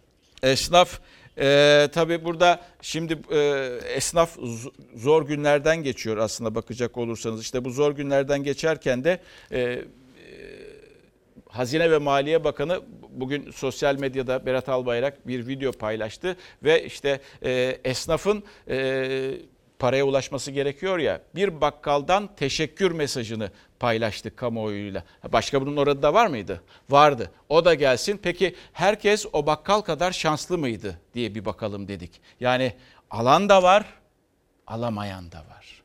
Tabii burada şimdi esnaf zor günlerden geçiyor aslında bakacak olursanız. İşte bu zor günlerden geçerken de Hazine ve Maliye Bakanı bugün sosyal medyada Berat Albayrak bir video paylaştı ve işte esnafın paraya ulaşması gerekiyor ya, bir bakkaldan teşekkür mesajını paylaştık kamuoyuyla. Başka bunun orada da var mıydı? Vardı. O da gelsin. Peki herkes o bakkal kadar şanslı mıydı diye bir bakalım dedik. Yani alan da var, alamayan da var.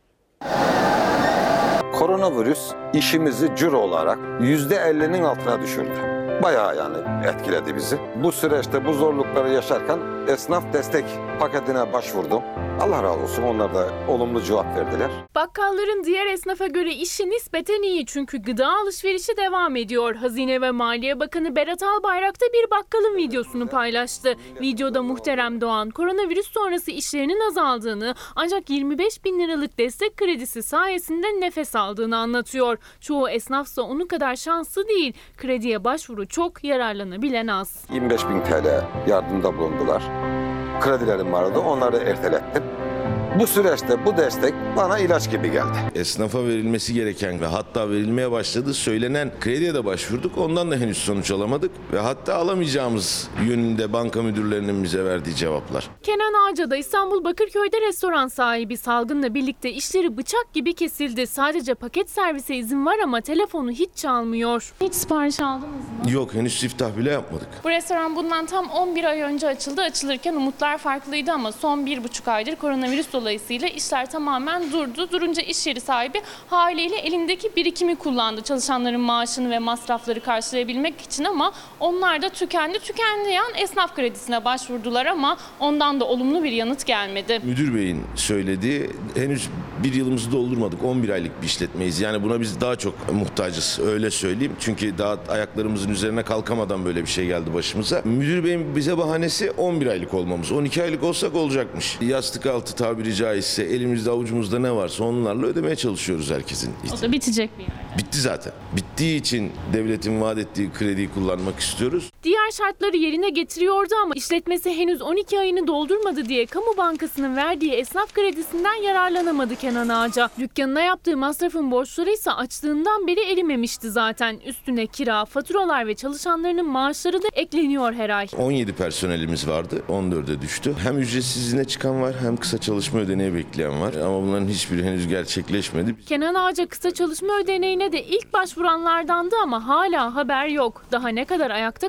Koronavirüs işimizi ciro olarak %50'nin altına düşürdü. Bayağı yani etkiledi bizi. Bu süreçte bu zorlukları yaşarken esnaf destek paketine başvurdum. Allah razı olsun, onlar da olumlu cevap verdiler. Bakkalların diğer esnafa göre işi nispeten iyi çünkü gıda alışverişi devam ediyor. Hazine ve Maliye Bakanı Berat Albayrak da bir bakkalın videosunu paylaştı. Videoda Muhterem Doğan koronavirüs sonrası işlerinin azaldığını ancak 25 bin liralık destek kredisi sayesinde nefes aldığını anlatıyor. Çoğu esnafsa onun kadar şanslı değil. Krediye başvuru çok, yararlanabilen az. 25 bin TL yardımda bulundular. Kredilerim vardı, onları ertelettim. Bu süreçte bu destek bana ilaç gibi geldi. Esnafa verilmesi gereken ve hatta verilmeye başladığı söylenen krediye de başvurduk. Ondan da henüz sonuç alamadık ve hatta alamayacağımız yönünde banka müdürlerinin bize verdiği cevaplar. Kenan Ağca da İstanbul Bakırköy'de restoran sahibi. Salgınla birlikte işleri bıçak gibi kesildi. Sadece paket servise izin var ama telefonu hiç çalmıyor. Hiç sipariş aldınız mı? Yok, henüz siftah bile yapmadık. Bu restoran bundan tam 11 ay önce açıldı. Açılırken umutlar farklıydı ama son 1,5 aydır koronavirüs dolayısıyla işler tamamen durdu. Durunca iş yeri sahibi haliyle elindeki birikimi kullandı çalışanların maaşını ve masrafları karşılayabilmek için ama onlar da tükendiyen esnaf kredisine başvurdular ama ondan da olumlu bir yanıt gelmedi. Müdür beyin söylediği, henüz bir yılımızı doldurmadık, 11 aylık bir işletmeyiz. Yani buna biz daha çok muhtacız, öyle söyleyeyim. Çünkü daha ayaklarımızın üzerine kalkamadan böyle bir şey geldi başımıza. Müdür beyin bize bahanesi 11 aylık olmamız. 12 aylık olsak olacakmış. Yastık altı tabiri caizse elimizde avucumuzda ne varsa onlarla ödemeye çalışıyoruz herkesin. O da bitecek bir yer. Bitti zaten. Bittiği için devletin vaat ettiği krediyi kullanmak istiyoruz. Diğer şartları yerine getiriyordu ama işletmesi henüz 12 ayını doldurmadı diye Kamu Bankası'nın verdiği esnaf kredisinden yararlanamadı Kenan Ağca. Dükkanına yaptığı masrafın borçları ise açtığından beri erimemişti zaten. Üstüne kira, faturalar ve çalışanlarının maaşları da ekleniyor her ay. 17 personelimiz vardı, 14'e düştü. Hem ücretsiz izne çıkan var hem kısa çalışma ödeneği bekleyen var ama bunların hiçbiri henüz gerçekleşmedi. Kenan Ağca kısa çalışma ödeneğine de ilk başvuranlardandı ama hala haber yok. Daha ne kadar ayakta kalabileceği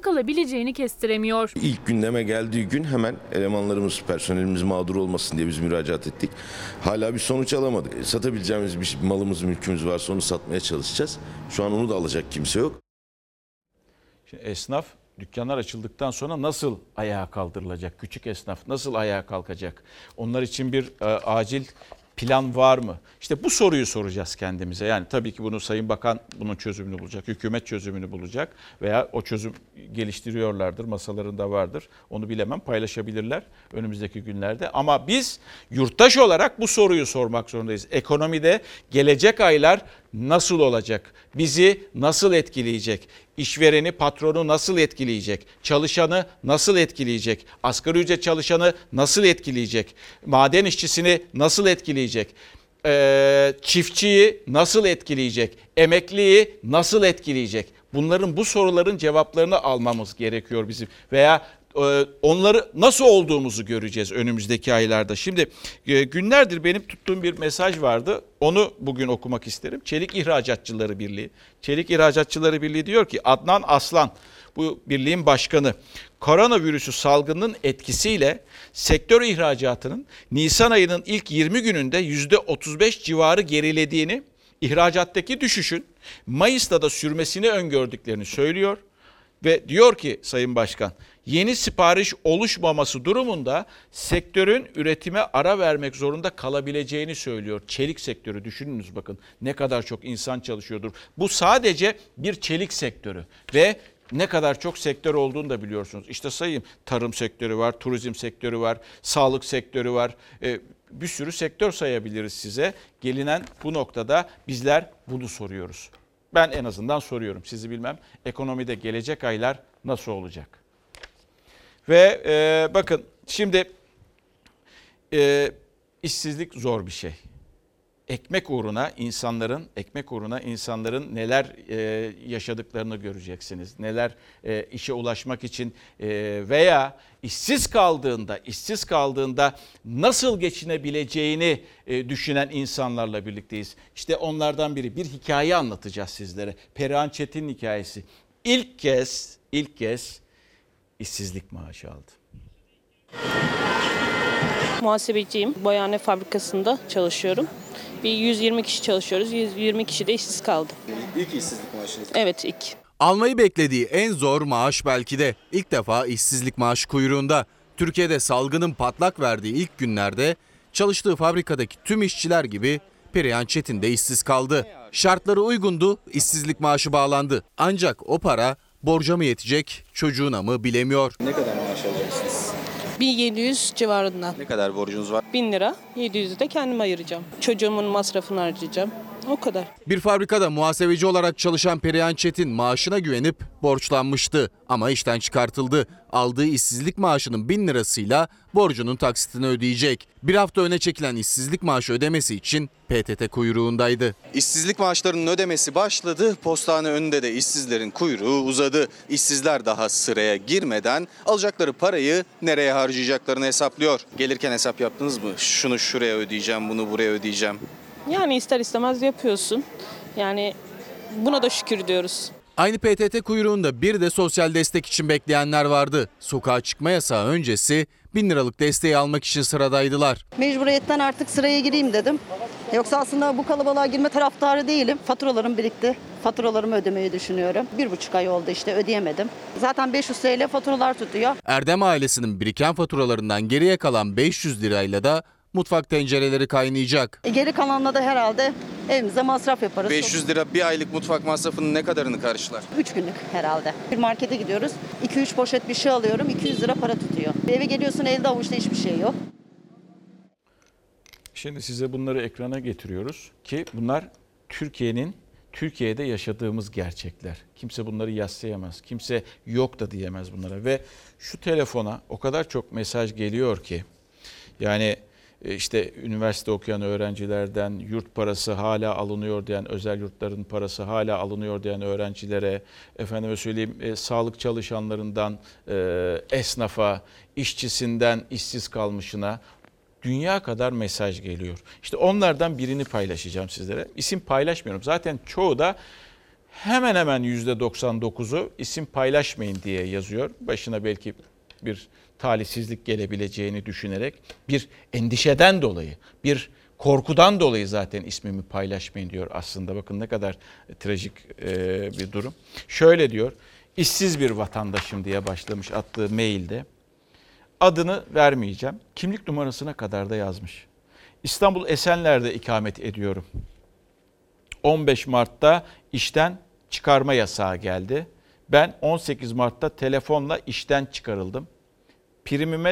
geleceğini kestiremiyor. İlk gündeme geldiği gün hemen elemanlarımız, personelimiz mağdur olmasın diye biz müracaat ettik. Hala bir sonuç alamadık. Satabileceğimiz bir malımız, mülkümüz varsa onu satmaya çalışacağız. Şu an onu da alacak kimse yok. Şimdi esnaf dükkanlar açıldıktan sonra nasıl ayağa kaldırılacak? Küçük esnaf nasıl ayağa kalkacak? Onlar için bir acil plan var mı? İşte bu soruyu soracağız kendimize. Yani tabii ki bunu Sayın Bakan bunun çözümünü bulacak. Hükümet çözümünü bulacak. Veya o çözüm geliştiriyorlardır. Masalarında vardır. Onu bilemem. Paylaşabilirler önümüzdeki günlerde. Ama biz yurttaş olarak bu soruyu sormak zorundayız. Ekonomide gelecek aylar nasıl olacak? Bizi nasıl etkileyecek? İşvereni, patronu nasıl etkileyecek? Çalışanı nasıl etkileyecek? Asgari ücret çalışanı nasıl etkileyecek? Maden işçisini nasıl etkileyecek? Çiftçiyi nasıl etkileyecek? Emekliyi nasıl etkileyecek? Bu soruların cevaplarını almamız gerekiyor bizim. Veya onları nasıl olduğumuzu göreceğiz önümüzdeki aylarda. Şimdi günlerdir benim tuttuğum bir mesaj vardı. Onu bugün okumak isterim. Çelik İhracatçıları Birliği. Çelik İhracatçıları Birliği diyor ki Adnan Aslan, bu birliğin başkanı, koronavirüsü salgının etkisiyle sektör ihracatının Nisan ayının ilk 20 gününde %35 civarı gerilediğini, ihracattaki düşüşün Mayıs'ta da sürmesini öngördüklerini söylüyor. Ve diyor ki Sayın Başkan, yeni sipariş oluşmaması durumunda sektörün üretime ara vermek zorunda kalabileceğini söylüyor. Çelik sektörü düşününüz, bakın ne kadar çok insan çalışıyordur. Bu sadece bir çelik sektörü ve ne kadar çok sektör olduğunu da biliyorsunuz. İşte sayayım, tarım sektörü var, turizm sektörü var, sağlık sektörü var. Bir sürü sektör sayabiliriz size. Gelinen bu noktada bizler bunu soruyoruz. Ben en azından soruyorum, sizi bilmem. Ekonomide gelecek aylar nasıl olacak? Ve bakın şimdi işsizlik zor bir şey. Ekmek uğruna insanların neler yaşadıklarını göreceksiniz. Neler işe ulaşmak için veya işsiz kaldığında nasıl geçinebileceğini düşünen insanlarla birlikteyiz. İşte onlardan biri, bir hikaye anlatacağız sizlere. Perihan Çetin'in hikayesi. İlk kez işsizlik maaşı aldı. Muhasebeciyim. Boyane fabrikasında çalışıyorum. Bir 120 kişi çalışıyoruz. 120 kişi de işsiz kaldı. İlk işsizlik maaşınız? Evet, ilk. Almayı beklediği en zor maaş belki de. İlk defa işsizlik maaşı kuyruğunda. Türkiye'de salgının patlak verdiği ilk günlerde çalıştığı fabrikadaki tüm işçiler gibi Perihan Çetin de işsiz kaldı. Şartları uygundu, işsizlik maaşı bağlandı. Ancak o para borca mı yetecek, çocuğuna mı bilemiyor. Ne kadar maaş alacaksınız? 1700 civarında. Ne kadar borcunuz var? 1000 lira. 700'ü de kendime ayıracağım. Çocuğumun masrafını harcayacağım. O kadar. Bir fabrikada muhasebeci olarak çalışan Perihan Çetin maaşına güvenip borçlanmıştı. Ama işten çıkartıldı. Aldığı işsizlik maaşının 1000 lirasıyla borcunun taksitini ödeyecek. Bir hafta öne çekilen işsizlik maaşı ödemesi için PTT kuyruğundaydı. İşsizlik maaşlarının ödemesi başladı. Postane önünde de işsizlerin kuyruğu uzadı. İşsizler daha sıraya girmeden alacakları parayı nereye harcayacaklarını hesaplıyor. Gelirken hesap yaptınız mı? Şunu şuraya ödeyeceğim, bunu buraya ödeyeceğim. Yani ister istemez yapıyorsun. Yani buna da şükür diyoruz. Aynı PTT kuyruğunda bir de sosyal destek için bekleyenler vardı. Sokağa çıkma yasağı öncesi 1000 liralık desteği almak için sıradaydılar. Mecburiyetten artık sıraya gireyim dedim. Yoksa aslında bu kalabalığa girme taraftarı değilim. Faturalarım birikti. Faturalarımı ödemeyi düşünüyorum. 1,5 ay oldu işte, ödeyemedim. Zaten 500 TL faturalar tutuyor. Erdem ailesinin biriken faturalarından geriye kalan 500 lirayla da mutfak tencereleri kaynayacak. Geri kalanla da herhalde evimize masraf yaparız. 500 lira bir aylık mutfak masrafının ne kadarını karşılar? 3 günlük herhalde. Bir markete gidiyoruz. 2-3 poşet bir şey alıyorum. 200 lira para tutuyor. Eve geliyorsun, elde avuçta hiçbir şey yok. Şimdi size bunları ekrana getiriyoruz ki bunlar Türkiye'de yaşadığımız gerçekler. Kimse bunları yadsıyamaz. Kimse yok da diyemez bunlara. Ve şu telefona o kadar çok mesaj geliyor ki, yani işte üniversite okuyan öğrencilerden yurt parası hala alınıyor diyen, özel yurtların parası hala alınıyor diyen öğrencilere, efendime söyleyeyim sağlık çalışanlarından esnafa, işçisinden işsiz kalmışına dünya kadar mesaj geliyor. İşte onlardan birini paylaşacağım sizlere. İsim paylaşmıyorum. Zaten çoğu da hemen hemen %99'u isim paylaşmayın diye yazıyor. Başına belki bir talihsizlik gelebileceğini düşünerek, bir endişeden dolayı, bir korkudan dolayı zaten ismimi paylaşmayın diyor aslında. Bakın ne kadar trajik bir durum. Şöyle diyor, işsiz bir vatandaşım diye başlamış attığı mailde. Adını vermeyeceğim. Kimlik numarasına kadar da yazmış. İstanbul Esenler'de ikamet ediyorum. 15 Mart'ta işten çıkarma yasağı geldi. Ben 18 Mart'ta telefonla işten çıkarıldım. Primim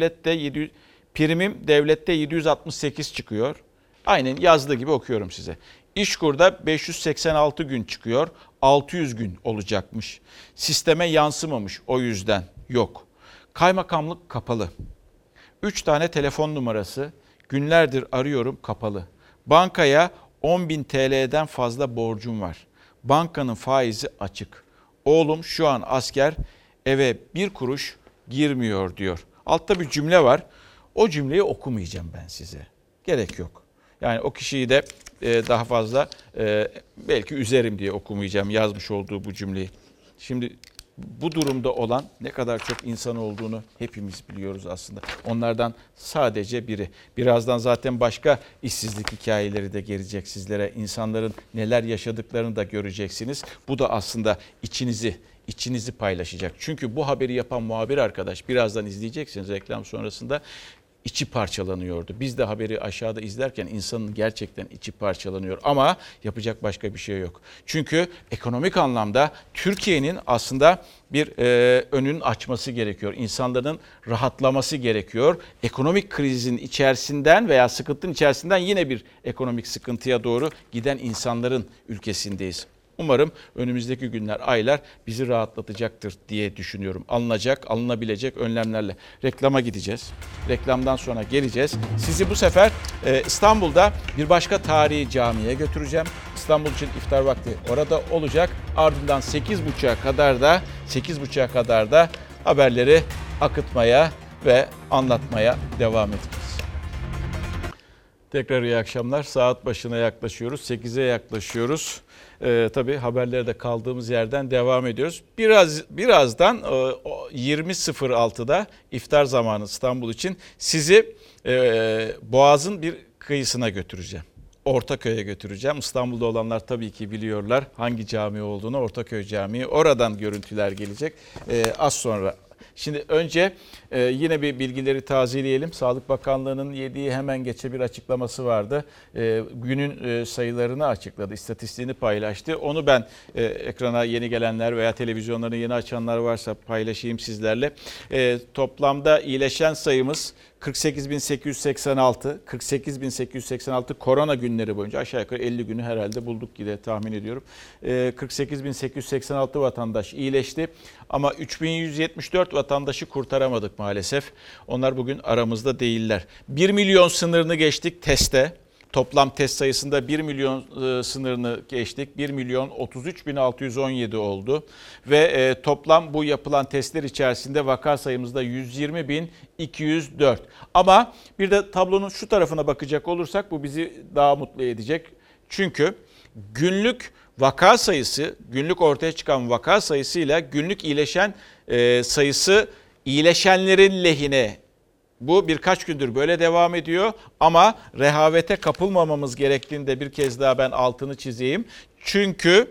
devlette 768 çıkıyor. Aynen yazdığı gibi okuyorum size. İşkur'da 586 gün çıkıyor. 600 gün olacakmış. Sisteme yansımamış, o yüzden yok. Kaymakamlık kapalı. 3 tane telefon numarası. Günlerdir arıyorum, kapalı. Bankaya 10.000 TL'den fazla borcum var. Bankanın faizi açık. Oğlum şu an asker, eve bir kuruş girmiyor diyor. Altta bir cümle var. O cümleyi okumayacağım ben size. Gerek yok. Yani o kişiyi de daha fazla belki üzerim diye okumayacağım yazmış olduğu bu cümleyi. Şimdi bu durumda olan ne kadar çok insan olduğunu hepimiz biliyoruz aslında. Onlardan sadece biri. Birazdan zaten başka işsizlik hikayeleri de gelecek sizlere. İnsanların neler yaşadıklarını da göreceksiniz. Bu da aslında içinizi paylaşacak. Çünkü bu haberi yapan muhabir arkadaş, birazdan izleyeceksiniz reklam sonrasında, içi parçalanıyordu. Biz de haberi aşağıda izlerken insanın gerçekten içi parçalanıyor. Ama yapacak başka bir şey yok. Çünkü ekonomik anlamda Türkiye'nin aslında bir önünün açması gerekiyor. İnsanların rahatlaması gerekiyor. Ekonomik krizin içerisinden veya sıkıntının içerisinden yine bir ekonomik sıkıntıya doğru giden insanların ülkesindeyiz. Umarım önümüzdeki günler, aylar bizi rahatlatacaktır diye düşünüyorum. Alınabilecek önlemlerle. Reklama gideceğiz. Reklamdan sonra geleceğiz. Sizi bu sefer İstanbul'da bir başka tarihi camiye götüreceğim. İstanbul için iftar vakti orada olacak. Ardından 8.30'a kadar da haberleri akıtmaya ve anlatmaya devam edeceğiz. Tekrar iyi akşamlar. Saat başına yaklaşıyoruz. 8'e yaklaşıyoruz. Tabii haberlere de kaldığımız yerden devam ediyoruz. Birazdan 20.06'da iftar zamanı İstanbul için sizi Boğaz'ın bir kıyısına götüreceğim. Ortaköy'e götüreceğim. İstanbul'da olanlar tabii ki biliyorlar hangi cami olduğunu. Ortaköy Camii. Oradan görüntüler gelecek az sonra. Şimdi önce yine bir bilgileri tazeleyelim. Sağlık Bakanlığı'nın yediği hemen geçe bir açıklaması vardı. Günün sayılarını açıkladı, istatistiğini paylaştı. Onu ben ekrana yeni gelenler veya televizyonlarını yeni açanlar varsa paylaşayım sizlerle. Toplamda iyileşen sayımız 48.886. 48.886 korona günleri boyunca aşağı yukarı 50 günü herhalde bulduk diye tahmin ediyorum. 48.886 vatandaş iyileşti ama 3.174 vatandaşı kurtaramadık maalesef. Onlar bugün aramızda değiller. 1 milyon sınırını geçtik testte. Toplam test sayısında 1 milyon sınırını geçtik. 1 milyon 33.617 oldu. Ve toplam bu yapılan testler içerisinde vaka sayımızda 120.204. Ama bir de tablonun şu tarafına bakacak olursak bu bizi daha mutlu edecek. Çünkü günlük vaka sayısı, günlük ortaya çıkan vaka sayısıyla günlük iyileşen sayısı iyileşenlerin lehine. Bu birkaç gündür böyle devam ediyor ama rehavete kapılmamamız gerektiğini de bir kez daha ben altını çizeyim. Çünkü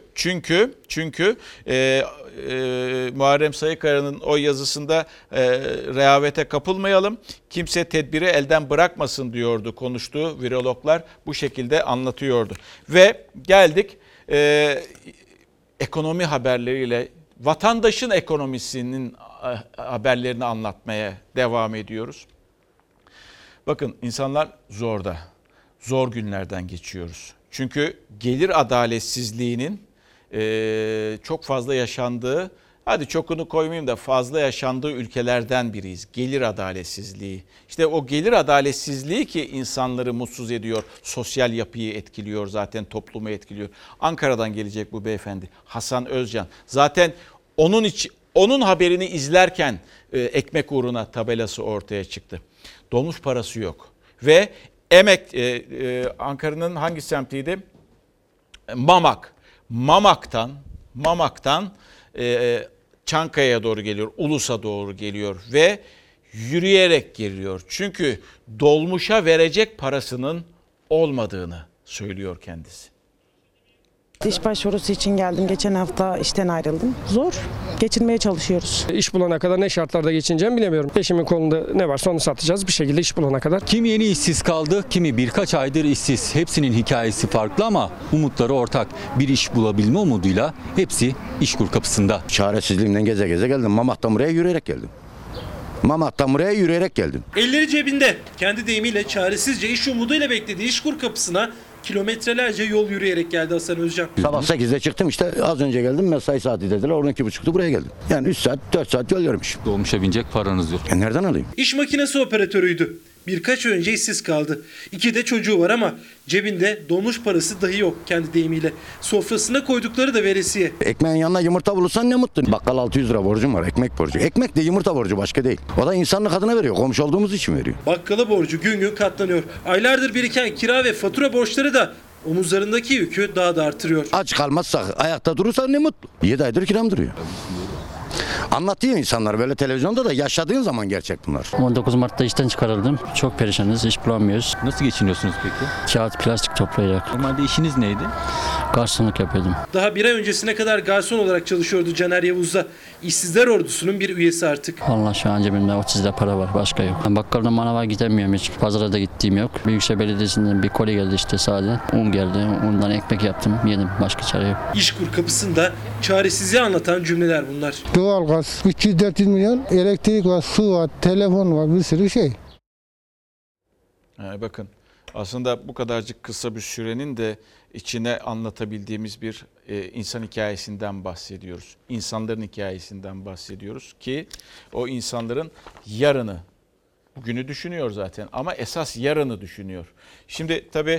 Muharrem Sayıkara'nın o yazısında rehavete kapılmayalım, kimse tedbiri elden bırakmasın diyordu, konuştuğu virologlar bu şekilde anlatıyordu. Ve geldik ekonomi haberleriyle vatandaşın ekonomisinin haberlerini anlatmaya devam ediyoruz. Bakın insanlar zorda, zor günlerden geçiyoruz. Çünkü gelir adaletsizliğinin çok fazla yaşandığı, hadi çokunu koymayayım da fazla yaşandığı ülkelerden biriyiz. Gelir adaletsizliği. İşte o gelir adaletsizliği ki insanları mutsuz ediyor, sosyal yapıyı etkiliyor, zaten toplumu etkiliyor. Ankara'dan gelecek bu beyefendi, Hasan Özcan. Zaten onun haberini izlerken ekmek uğruna tabelası ortaya çıktı. Dolmuş parası yok. Ve Ankara'nın hangi semtiydi? Mamak. Mamak'tan Çankaya'ya doğru geliyor, Ulus'a doğru geliyor ve yürüyerek geliyor. Çünkü dolmuşa verecek parasının olmadığını söylüyor kendisi. İş başvurusu için geldim. Geçen hafta işten ayrıldım. Zor. Geçinmeye çalışıyoruz. İş bulana kadar ne şartlarda geçineceğimi bilemiyorum. Eşimin kolunda ne varsa onu satacağız bir şekilde iş bulana kadar. Kimi yeni işsiz kaldı, kimi birkaç aydır işsiz. Hepsinin hikayesi farklı ama umutları ortak. Bir iş bulabilme umuduyla hepsi İşkur kapısında. Çaresizliğimden geze geze geldim. Mamak'tan buraya yürüyerek geldim. Elleri cebinde, kendi deyimiyle çaresizce iş umuduyla beklediği İşkur kapısına kilometrelerce yol yürüyerek geldi Hasan Özcan. Sabah 8'de çıktım, işte az önce geldim, mesai saati dediler, 12.30'da buraya geldim. Yani 3 saat 4 saat yol yürümüşüm. Dolmuşa binecek paranız yok. Nereden alayım? İş makinesi operatörüydü. Birkaç önce işsiz kaldı. 2 de çocuğu var ama cebinde dolmuş parası dahi yok kendi deyimiyle. Sofrasına koydukları da veresiye. Ekmeğin yanına yumurta bulursan ne mutlu. Bakkal 600 lira borcum var, ekmek borcu. Ekmek de yumurta borcu, başka değil. O da insanlık adına veriyor, komşu olduğumuz için veriyor. Bakkala borcu gün gün katlanıyor. Aylardır biriken kira ve fatura borçları da omuzlarındaki yükü daha da artırıyor. Aç kalmazsak, ayakta durursak ne mutlu. 7 aydır kiram duruyor. Anlatıyor insanlar böyle televizyonda da, yaşadığın zaman gerçek bunlar. 19 Mart'ta işten çıkarıldım. Çok perişanız, iş bulamıyoruz. Nasıl geçiniyorsunuz peki? Kağıt, plastik toplayarak. Normalde işiniz neydi? Garsonluk yapıyordum. Daha bir ay öncesine kadar garson olarak çalışıyordu Caner Yavuz'da. İşsizler ordusunun bir üyesi artık. Allah, şu an cebimde 30 lira para var, başka yok. Ben bakkalda manava gidemiyorum hiç. Pazara da gittiğim yok. Büyükşehir Belediyesi'nden bir koli geldi işte sadece. Un geldi. Ondan ekmek yaptım, yedim. Başka çare yok. İşkur kapısında çaresizliği anlatan cümleler bunlar. Doğalgaz 300-400 milyon, elektrik var, su var, telefon var, bir sürü şey. Bakın aslında bu kadarcık kısa bir sürenin de içine anlatabildiğimiz bir insan hikayesinden bahsediyoruz. İnsanların hikayesinden bahsediyoruz ki o insanların yarını, bugünü düşünüyor zaten ama esas yarını düşünüyor. Şimdi tabii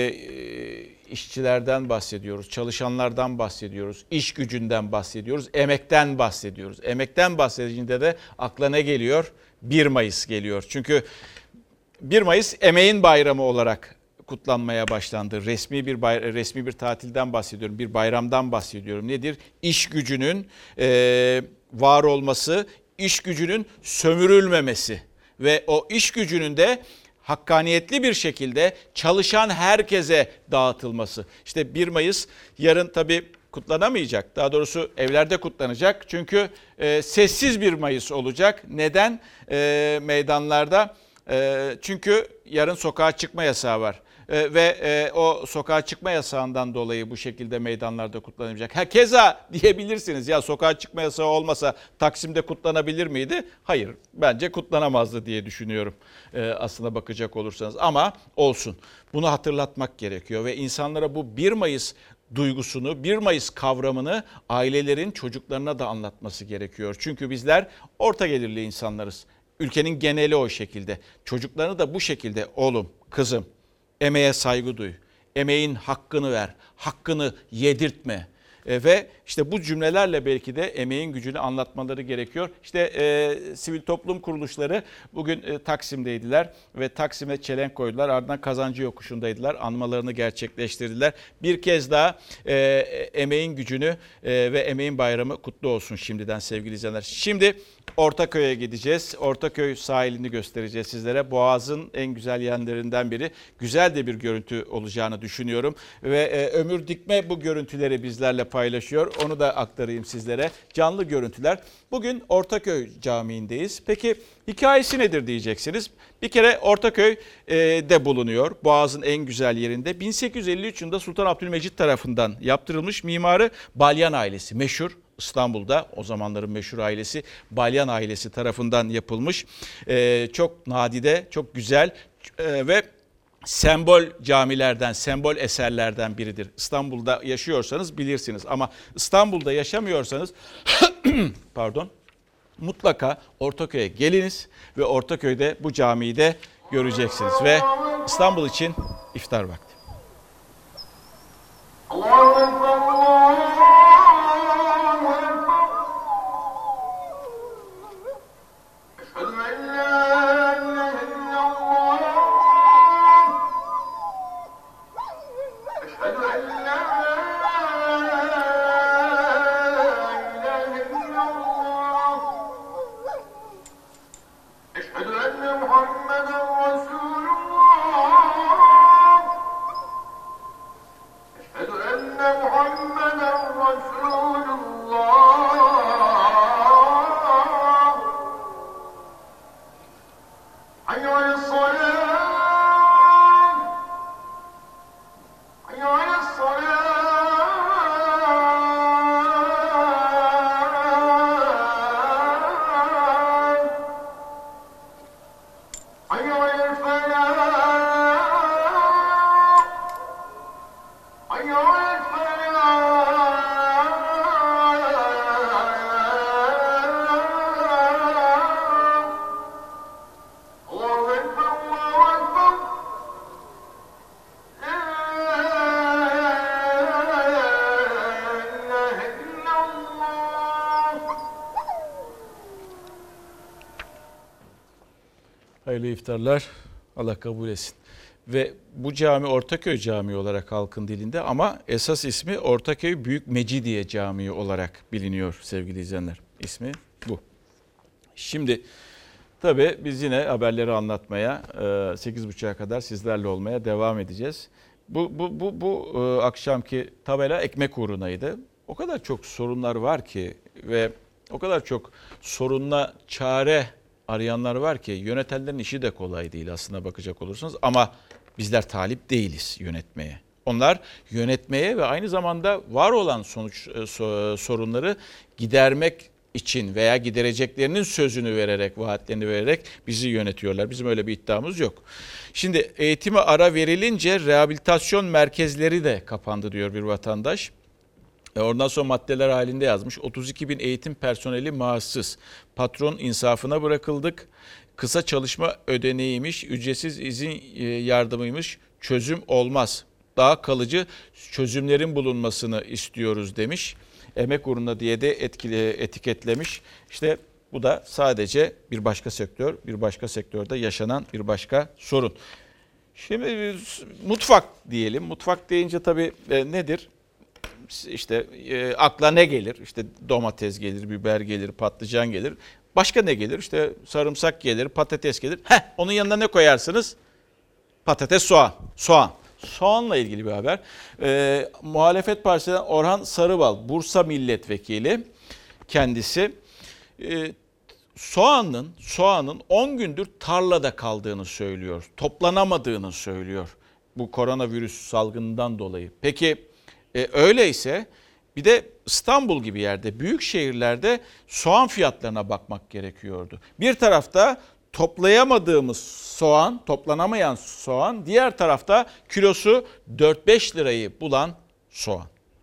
işçilerden bahsediyoruz, çalışanlardan bahsediyoruz, iş gücünden bahsediyoruz, emekten bahsediyoruz. Emekten bahsedince de akla ne geliyor? 1 Mayıs geliyor. Çünkü 1 Mayıs emeğin bayramı olarak kutlanmaya başlandı. Resmi bir tatilden bahsediyorum, bir bayramdan bahsediyorum. Nedir? İş gücünün var olması, iş gücünün sömürülmemesi ve o iş gücünün de hakkaniyetli bir şekilde çalışan herkese dağıtılması. İşte 1 Mayıs yarın tabii kutlanamayacak. Daha doğrusu evlerde kutlanacak. Çünkü sessiz 1 Mayıs olacak. Neden? Meydanlarda. Çünkü yarın sokağa çıkma yasağı var. Ve o sokağa çıkma yasağından dolayı bu şekilde meydanlarda kutlanamayacak. Keza diyebilirsiniz ya, sokağa çıkma yasağı olmasa Taksim'de kutlanabilir miydi? Hayır, bence kutlanamazdı diye düşünüyorum aslına bakacak olursanız. Ama olsun, bunu hatırlatmak gerekiyor ve insanlara bu 1 Mayıs duygusunu, 1 Mayıs kavramını ailelerin çocuklarına da anlatması gerekiyor. Çünkü bizler orta gelirli insanlarız. Ülkenin geneli o şekilde. Çocuklarını da bu şekilde, oğlum, kızım, emeğe saygı duy, emeğin hakkını ver, hakkını yedirtme. Ve işte bu cümlelerle belki de emeğin gücünü anlatmaları gerekiyor. İşte sivil toplum kuruluşları bugün Taksim'deydiler ve Taksim'e çelenk koydular. Ardından Kazancı Yokuşu'ndaydılar. Anmalarını gerçekleştirdiler. Bir kez daha emeğin gücünü ve emeğin bayramı kutlu olsun şimdiden sevgili izleyenler. Şimdi Ortaköy'e gideceğiz. Ortaköy sahilini göstereceğiz sizlere. Boğaz'ın en güzel yerlerinden biri. Güzel de bir görüntü olacağını düşünüyorum. Ve Ömür Dikme bu görüntüleri bizlerle paylaşıyor. Onu da aktarayım sizlere. Canlı görüntüler. Bugün Ortaköy Camii'ndeyiz. Peki hikayesi nedir diyeceksiniz. Bir kere Ortaköy'de bulunuyor. Boğaz'ın en güzel yerinde. 1853 yılında Sultan Abdülmecit tarafından yaptırılmış. Mimarı Balyan ailesi, meşhur. İstanbul'da o zamanların meşhur ailesi Balyan ailesi tarafından yapılmış. Çok nadide, çok güzel ve sembol camilerden, sembol eserlerden biridir. İstanbul'da yaşıyorsanız bilirsiniz ama İstanbul'da yaşamıyorsanız pardon, mutlaka Ortaköy'e geliniz ve Ortaköy'de bu camiyi de göreceksiniz ve İstanbul için iftar vakti. Hayırlı iftarlar. Allah kabul etsin. Ve bu cami Ortaköy Camii olarak halkın dilinde ama esas ismi Ortaköy Büyük Mecidiye Camii olarak biliniyor sevgili izleyenler. İsmi bu. Şimdi tabii biz yine haberleri anlatmaya 8.30'a kadar sizlerle olmaya devam edeceğiz. Bu akşamki tabela ekmek uğrunaydı. O kadar çok sorunlar var ki ve o kadar çok sorunla çare arayanlar var ki yönetenlerin işi de kolay değil aslında bakacak olursanız ama bizler talip değiliz yönetmeye. Onlar yönetmeye ve aynı zamanda var olan sorunları gidermek için veya gidereceklerinin sözünü vererek, vaatlerini vererek bizi yönetiyorlar. Bizim öyle bir iddiamız yok. Şimdi eğitime ara verilince rehabilitasyon merkezleri de kapandı diyor bir vatandaş. Ondan sonra maddeler halinde yazmış. 32 bin eğitim personeli maaşsız. Patron insafına bırakıldık. Kısa çalışma ödeneğiymiş, ücretsiz izin yardımıymış. Çözüm olmaz. Daha kalıcı çözümlerin bulunmasını istiyoruz demiş. Emek uğruna diye de etiketlemiş. İşte bu da sadece bir başka sektör, bir başka sektörde yaşanan bir başka sorun. Şimdi mutfak diyelim. Mutfak deyince tabii nedir? İşte akla ne gelir? İşte domates gelir, biber gelir, patlıcan gelir. Başka ne gelir? İşte sarımsak gelir, patates gelir. Onun yanına ne koyarsınız? Patates, soğan. Soğanla ilgili bir haber. Muhalefet Partisi'nden Orhan Sarıbal, Bursa Milletvekili kendisi. Soğanın 10 gündür tarlada kaldığını söylüyor. Toplanamadığını söylüyor. Bu koronavirüs salgından dolayı. Peki öyleyse bir de İstanbul gibi yerde, büyük şehirlerde soğan fiyatlarına bakmak gerekiyordu. Bir tarafta toplayamadığımız soğan, toplanamayan soğan, diğer tarafta kilosu 4-5 lirayı bulan soğan.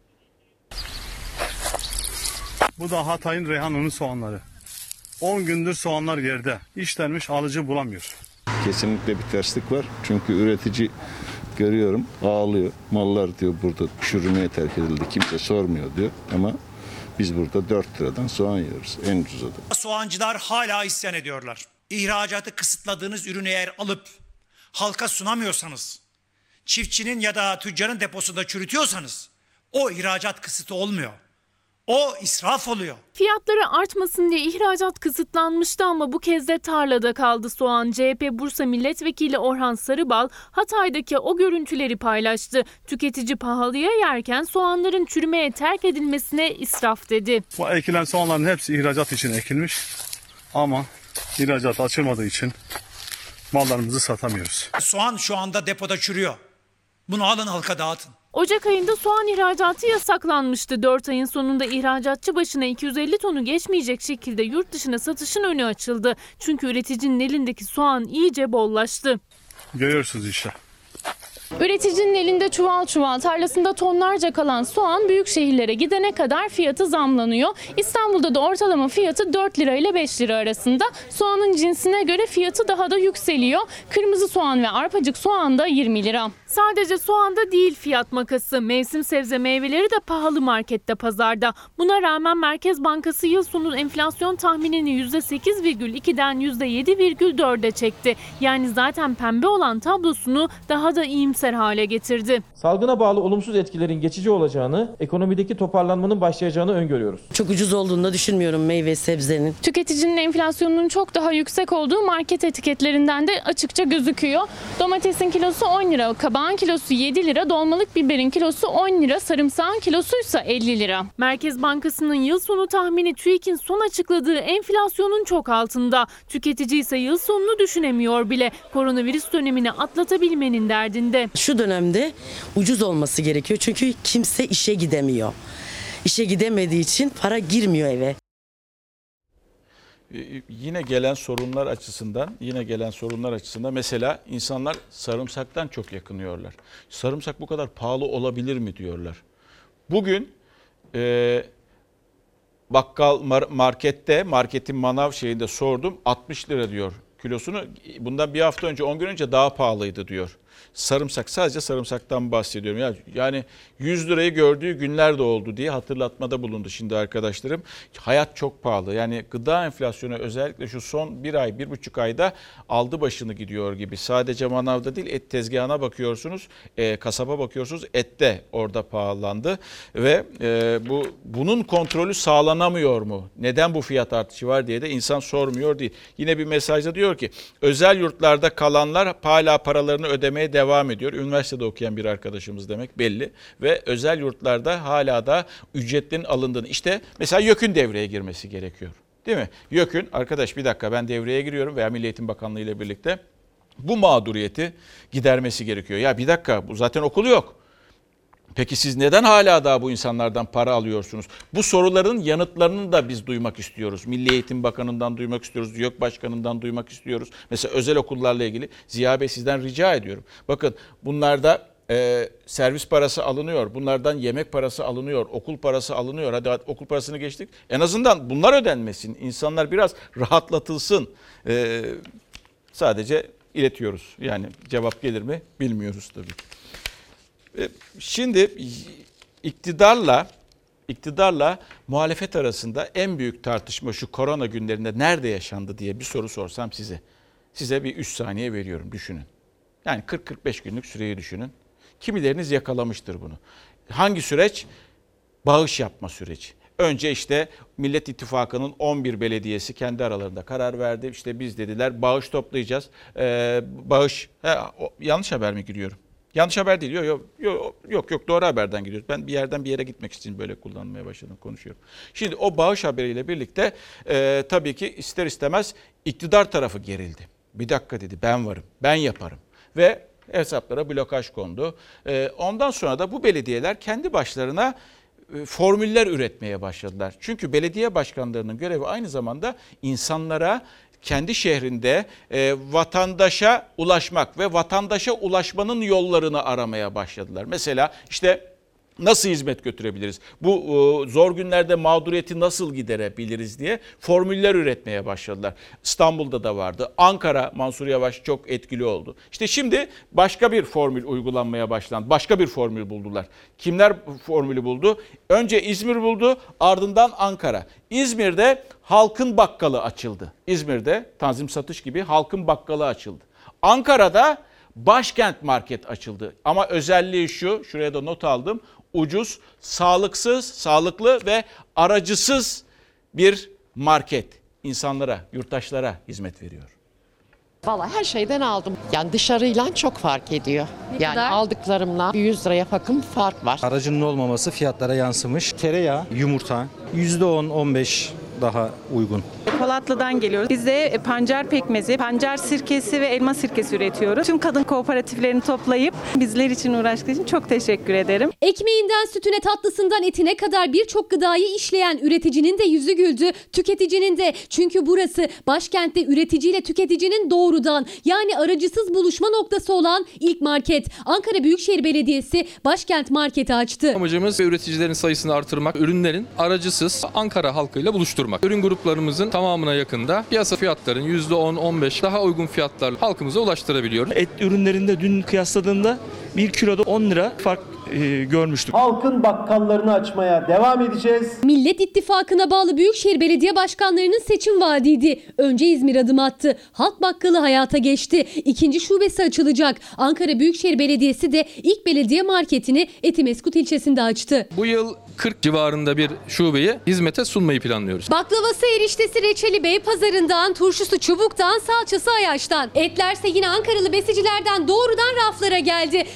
Bu da Hatay'ın Reyhanlı'nın soğanları. 10 gündür soğanlar yerde. İşlenmiş, alıcı bulamıyor. Kesinlikle bir terslik var. Çünkü üretici görüyorum ağlıyor. Mallar diyor burada çürümeye terk edildi. Kimse sormuyor diyor. Ama biz burada 4 liradan soğan yiyoruz. En ucuz da. Soğancılar hala isyan ediyorlar. İhracatı kısıtladığınız ürünü eğer alıp halka sunamıyorsanız, çiftçinin ya da tüccarın deposunda çürütüyorsanız o ihracat kısıtı olmuyor. O israf oluyor. Fiyatları artmasın diye ihracat kısıtlanmıştı ama bu kez de tarlada kaldı soğan. CHP Bursa Milletvekili Orhan Sarıbal Hatay'daki o görüntüleri paylaştı. Tüketici pahalıya yerken soğanların çürümeye terk edilmesine israf dedi. Bu ekilen soğanların hepsi ihracat için ekilmiş ama ihracat açılmadığı için mallarımızı satamıyoruz. Soğan şu anda depoda çürüyor. Bunu alın halka dağıtın. Ocak ayında soğan ihracatı yasaklanmıştı. 4 ayın sonunda ihracatçı başına 250 tonu geçmeyecek şekilde yurt dışına satışın önü açıldı. Çünkü üreticinin elindeki soğan iyice bollaştı. Görüyorsunuz işte. Üreticinin elinde çuval çuval, tarlasında tonlarca kalan soğan büyük şehirlere gidene kadar fiyatı zamlanıyor. İstanbul'da da ortalama fiyatı 4 lira ile 5 lira arasında. Soğanın cinsine göre fiyatı daha da yükseliyor. Kırmızı soğan ve arpacık soğan da 20 lira. Sadece soğanda değil fiyat makası. Mevsim sebze meyveleri de pahalı markette, pazarda. Buna rağmen Merkez Bankası yıl sonu enflasyon tahminini %8,2'den %7,4'e çekti. Yani zaten pembe olan tablosunu daha da iyimser hale getirdi. Salgına bağlı olumsuz etkilerin geçici olacağını, ekonomideki toparlanmanın başlayacağını öngörüyoruz. Çok ucuz olduğunu da düşünmüyorum meyve sebzenin. Tüketicinin enflasyonunun çok daha yüksek olduğu market etiketlerinden de açıkça gözüküyor. Domatesin kilosu 10 lira, kabağın soğan kilosu 7 lira, dolmalık biberin kilosu 10 lira, sarımsağın kilosuysa 50 lira. Merkez Bankası'nın yıl sonu tahmini TÜİK'in son açıkladığı enflasyonun çok altında. Tüketici ise yıl sonunu düşünemiyor bile. Koronavirüs dönemini atlatabilmenin derdinde. Şu dönemde ucuz olması gerekiyor çünkü kimse işe gidemiyor. İşe gidemediği için para girmiyor eve. Yine gelen sorunlar açısından mesela insanlar sarımsaktan çok yakınıyorlar. Sarımsak bu kadar pahalı olabilir mi diyorlar. Bugün bakkal marketin manav şeyinde sordum, 60 lira diyor kilosunu. Bundan bir hafta önce 10 gün önce daha pahalıydı diyor. Sarımsak, sadece sarımsaktan bahsediyorum. Yani 100 lirayı gördüğü günler de oldu diye hatırlatmada bulundu şimdi arkadaşlarım. Hayat çok pahalı. Yani gıda enflasyonu özellikle şu son bir ay, 1,5 ayda aldı başını gidiyor gibi. Sadece manavda değil, et tezgahına bakıyorsunuz, kasaba bakıyorsunuz, et de orada pahalandı. Ve bunun kontrolü sağlanamıyor mu? Neden bu fiyat artışı var diye de insan sormuyor değil. Yine bir mesajda diyor ki özel yurtlarda kalanlar hala paralarını ödemeye devam ediyor. Üniversitede okuyan bir arkadaşımız demek belli. Ve özel yurtlarda hala da ücretlerin alındığını. İşte mesela YÖK'ün devreye girmesi gerekiyor. Değil mi? YÖK'ün arkadaş bir dakika ben devreye giriyorum veya Milli Eğitim Bakanlığı ile birlikte bu mağduriyeti gidermesi gerekiyor. Ya bir dakika bu zaten okul yok. Peki siz neden hala daha bu insanlardan para alıyorsunuz? Bu soruların yanıtlarını da biz duymak istiyoruz. Milli Eğitim Bakanı'ndan duymak istiyoruz, YÖK Başkanı'ndan duymak istiyoruz. Mesela özel okullarla ilgili Ziya Bey sizden rica ediyorum. Bakın bunlarda servis parası alınıyor, bunlardan yemek parası alınıyor, okul parası alınıyor. Hadi okul parasını geçtik. En azından bunlar ödenmesin. İnsanlar biraz rahatlatılsın. Sadece iletiyoruz. Yani cevap gelir mi bilmiyoruz tabii. Şimdi iktidarla muhalefet arasında en büyük tartışma şu korona günlerinde nerede yaşandı diye bir soru sorsam size bir 3 saniye veriyorum, düşünün. Yani 40-45 günlük süreyi düşünün. Kimileriniz yakalamıştır bunu. Hangi süreç? Bağış yapma süreci. Önce işte Millet İttifakı'nın 11 belediyesi kendi aralarında karar verdi. İşte biz dediler bağış toplayacağız. Yanlış haber mi giriyorum? Yanlış haber değil. Yok doğru haberden gidiyoruz. Ben bir yerden bir yere gitmek için böyle kullanmaya başladım, konuşuyorum. Şimdi o bağış haberiyle birlikte tabii ki ister istemez iktidar tarafı gerildi. Bir dakika dedi, ben varım, ben yaparım. Ve hesaplara blokaj kondu. Ondan sonra da bu belediyeler kendi başlarına formüller üretmeye başladılar. Çünkü belediye başkanlarının görevi aynı zamanda insanlara kendi şehrinde vatandaşa ulaşmak ve vatandaşa ulaşmanın yollarını aramaya başladılar. Mesela işte nasıl hizmet götürebiliriz? Bu zor günlerde mağduriyeti nasıl giderebiliriz diye formüller üretmeye başladılar. İstanbul'da da vardı. Ankara, Mansur Yavaş çok etkili oldu. İşte şimdi başka bir formül uygulanmaya başlandı. Başka bir formül buldular. Kimler formülü buldu? Önce İzmir buldu, ardından Ankara. İzmir'de halkın bakkalı açıldı. İzmir'de tanzim satış gibi halkın bakkalı açıldı. Ankara'da başkent market açıldı. Ama özelliği şu, şuraya da not aldım. Ucuz, sağlıklı ve aracısız bir market insanlara, yurttaşlara hizmet veriyor. Vallahi her şeyden aldım. Yani dışarıyla çok fark ediyor. Yani aldıklarımla 100 liraya yakın fark var. Aracının olmaması fiyatlara yansımış. Tereyağı, yumurta %10-15 daha uygun. Polatlı'dan geliyoruz. Biz de pancar pekmezi, pancar sirkesi ve elma sirkesi üretiyoruz. Tüm kadın kooperatiflerini toplayıp bizler için uğraştığı için çok teşekkür ederim. Ekmeğinden sütüne, tatlısından etine kadar birçok gıdayı işleyen üreticinin de yüzü güldü, tüketicinin de. Çünkü burası başkentte üreticiyle tüketicinin doğrudan yani aracısız buluşma noktası olan ilk market. Ankara Büyükşehir Belediyesi Başkent Market'i açtı. Amacımız üreticilerin sayısını artırmak, ürünlerin aracısız Ankara halkıyla buluşturmak. Ürün gruplarımızın tamamına yakında piyasa fiyatların %10-15 daha uygun fiyatlarla halkımıza ulaştırabiliyoruz. Et ürünlerinde dün kıyasladığımda 1 kiloda 10 lira fark görmüştük. Halkın bakkallarını açmaya devam edeceğiz. Millet İttifakı'na bağlı Büyükşehir Belediye Başkanlarının seçim vaadiydi. Önce İzmir adım attı. Halk Bakkalı hayata geçti. İkinci şubesi açılacak. Ankara Büyükşehir Belediyesi de ilk belediye marketini Etimeskut ilçesinde açtı. Bu yıl 40 civarında bir şubeyi hizmete sunmayı planlıyoruz. Baklavası, eriştesi, reçeli Beypazarı'ndan, turşusu Çubuk'tan, salçası Ayaş'tan. Etlerse yine Ankaralı besicilerden doğrudan raflara geldi.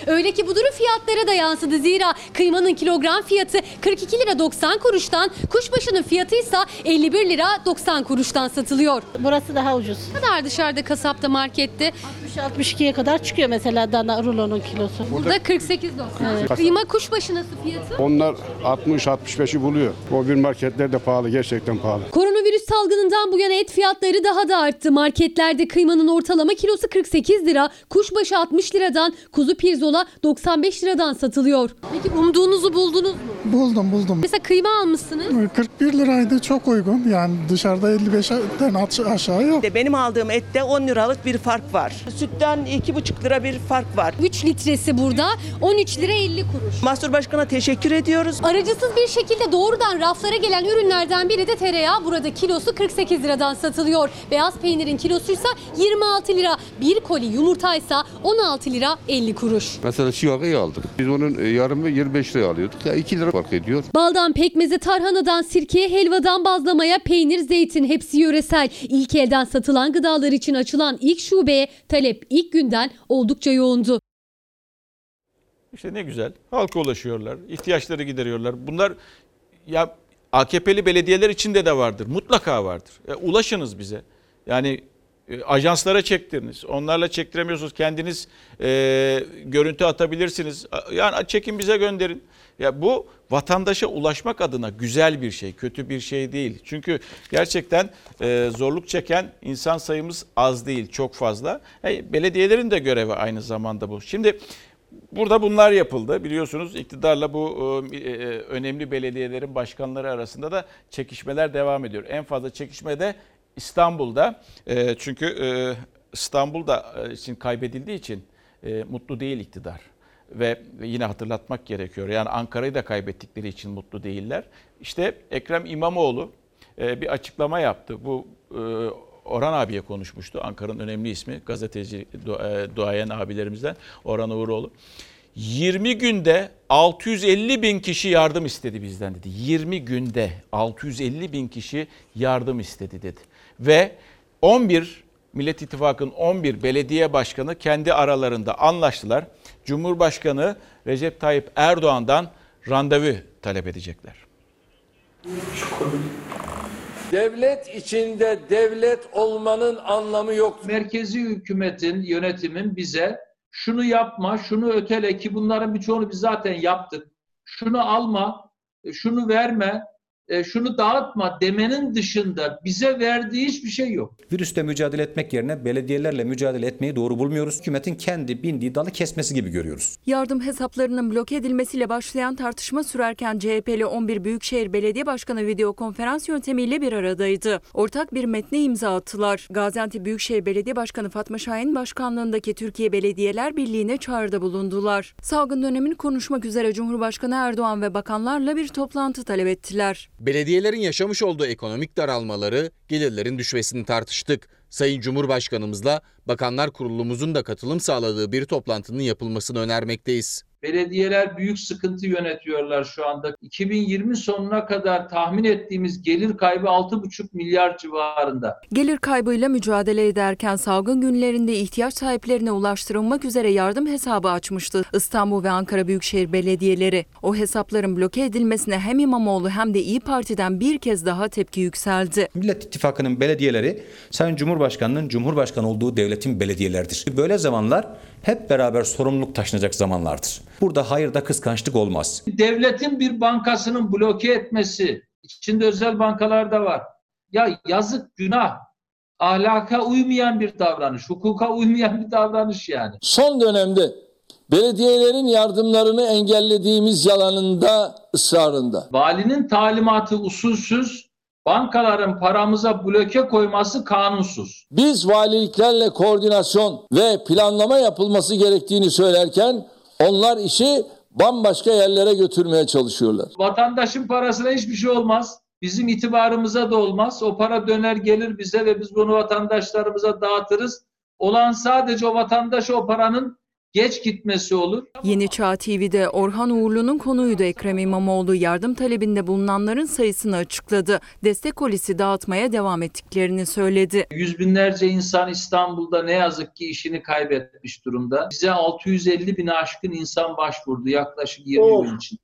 Öyle ki bu durum fiyatlara da yansıdı. Zira kıymanın kilogram fiyatı 42 lira 90 kuruştan, kuşbaşının fiyatı ise 51 lira 90 kuruştan satılıyor. Burası daha ucuz. Ne kadar dışarıda, kasapta, markette? 60-62'ye kadar çıkıyor mesela dana rulonun kilosu. Burada 48.90. Evet. Kıyma kuşbaşı nasıl fiyatı? Onlar 60-65'i buluyor. O bir marketler de pahalı, gerçekten pahalı. Koronavirüs salgınından bu yana et fiyatları daha da arttı. Marketlerde kıymanın ortalama kilosu 48 lira, kuşbaşı 60 liradan, kuzu pirzola 95 liradan satılıyor. Peki umduğunuzu buldunuz mu? Buldum. Mesela kıyma almışsınız. 41 liraydı, çok uygun. Yani dışarıda 55'ten aşağı yok. Benim aldığım ette 10 liralık bir fark var. Sütten 2,5 lira bir fark var. 3 litresi burada 13 lira 50 kuruş. Mahsur Başkan'a teşekkür ediyoruz. Aracısız bir şekilde doğrudan raflara gelen ürünlerden biri de tereyağı. Burada kilosu 48 liradan satılıyor. Beyaz peynirin kilosuysa 26 lira. Bir koli yumurtaysa 16 lira 50 kuruş. Mesela şivakayı aldık. Biz onun yarımı 25 liraya alıyorduk. Ya 2 lira fark ediyor. Baldan pekmeze, tarhanadan sirkeye, helvadan bazlamaya, peynir, zeytin hepsi yöresel. İlk elden satılan gıdalar için açılan ilk şubeye talep ilk günden oldukça yoğundu. İşte ne güzel. Halka ulaşıyorlar, ihtiyaçları gideriyorlar. Bunlar ya AKP'li belediyeler içinde de vardır. Mutlaka vardır. Ulaşınız bize. Yani ajanslara çektiriniz. Onlarla çektiremiyorsunuz. Kendiniz görüntü atabilirsiniz. Yani çekin bize gönderin. Ya bu vatandaşa ulaşmak adına güzel bir şey, kötü bir şey değil. Çünkü gerçekten zorluk çeken insan sayımız az değil, çok fazla. Belediyelerin de görevi aynı zamanda bu. Şimdi burada bunlar yapıldı. Biliyorsunuz iktidarla bu önemli belediyelerin başkanları arasında da çekişmeler devam ediyor. En fazla çekişme de İstanbul'da. Çünkü İstanbul'da için kaybedildiği için mutlu değil iktidar. Ve yine hatırlatmak gerekiyor. Yani Ankara'yı da kaybettikleri için mutlu değiller. İşte Ekrem İmamoğlu bir açıklama yaptı. Bu Orhan abiye konuşmuştu. Ankara'nın önemli ismi, gazeteci duayen abilerimizden Orhan Uğuroğlu. 20 günde 650 bin kişi yardım istedi bizden dedi. 20 günde 650 bin kişi yardım istedi dedi. Ve 11 Millet İttifakı'nın 11 belediye başkanı kendi aralarında anlaştılar. Cumhurbaşkanı Recep Tayyip Erdoğan'dan randevu talep edecekler. Devlet içinde devlet olmanın anlamı yok. Merkezi hükümetin, yönetimin bize şunu yapma, şunu ötele ki bunların birçoğunu biz zaten yaptık. Şunu alma, şunu verme, şunu dağıtma demenin dışında bize verdiği hiçbir şey yok. Virüsle mücadele etmek yerine belediyelerle mücadele etmeyi doğru bulmuyoruz. Hükümetin kendi bindiği dalı kesmesi gibi görüyoruz. Yardım hesaplarının bloke edilmesiyle başlayan tartışma sürerken CHP'li 11 Büyükşehir Belediye Başkanı video konferans yöntemiyle bir aradaydı. Ortak bir metne imza attılar. Gaziantep Büyükşehir Belediye Başkanı Fatma Şahin başkanlığındaki Türkiye Belediyeler Birliği'ne çağrıda bulundular. Salgın dönemini konuşmak üzere Cumhurbaşkanı Erdoğan ve bakanlarla bir toplantı talep ettiler. Belediyelerin yaşamış olduğu ekonomik daralmaları, gelirlerin düşmesini tartıştık. Sayın Cumhurbaşkanımızla Bakanlar Kurulumuzun da katılım sağladığı bir toplantının yapılmasını önermekteyiz. Belediyeler büyük sıkıntı yönetiyorlar şu anda. 2020 sonuna kadar tahmin ettiğimiz gelir kaybı 6,5 milyar civarında. Gelir kaybıyla mücadele ederken salgın günlerinde ihtiyaç sahiplerine ulaştırılmak üzere yardım hesabı açmıştı İstanbul ve Ankara Büyükşehir Belediyeleri. O hesapların bloke edilmesine hem İmamoğlu hem de İYİ Parti'den bir kez daha tepki yükseldi. Millet İttifakı'nın belediyeleri Sayın Cumhurbaşkanı'nın Cumhurbaşkanı olduğu devletin belediyeleridir. Böyle zamanlar hep beraber sorumluluk taşınacak zamanlardır. Burada hayırda kıskançlık olmaz. Devletin bir bankasının bloke etmesi, içinde özel bankalar da var. Ya yazık, günah, ahlaka uymayan bir davranış, hukuka uymayan bir davranış yani. Son dönemde belediyelerin yardımlarını engellediğimiz yalanında, ısrarında. Valinin talimatı usulsüz, bankaların paramıza bloke koyması kanunsuz. Biz valiliklerle koordinasyon ve planlama yapılması gerektiğini söylerken onlar işi bambaşka yerlere götürmeye çalışıyorlar. Vatandaşın parasına hiçbir şey olmaz. Bizim itibarımıza da olmaz. O para döner gelir bize ve biz bunu vatandaşlarımıza dağıtırız. Olan sadece o vatandaş o paranın geç gitmesi olur. Yeni Çağ TV'de Orhan Uğurlu'nun konuydu. Ekrem İmamoğlu yardım talebinde bulunanların sayısını açıkladı. Destek kolisi dağıtmaya devam ettiklerini söyledi. Yüz binlerce insan İstanbul'da ne yazık ki işini kaybetmiş durumda. Bize 650 bine aşkın insan başvurdu yaklaşık 20 gün için.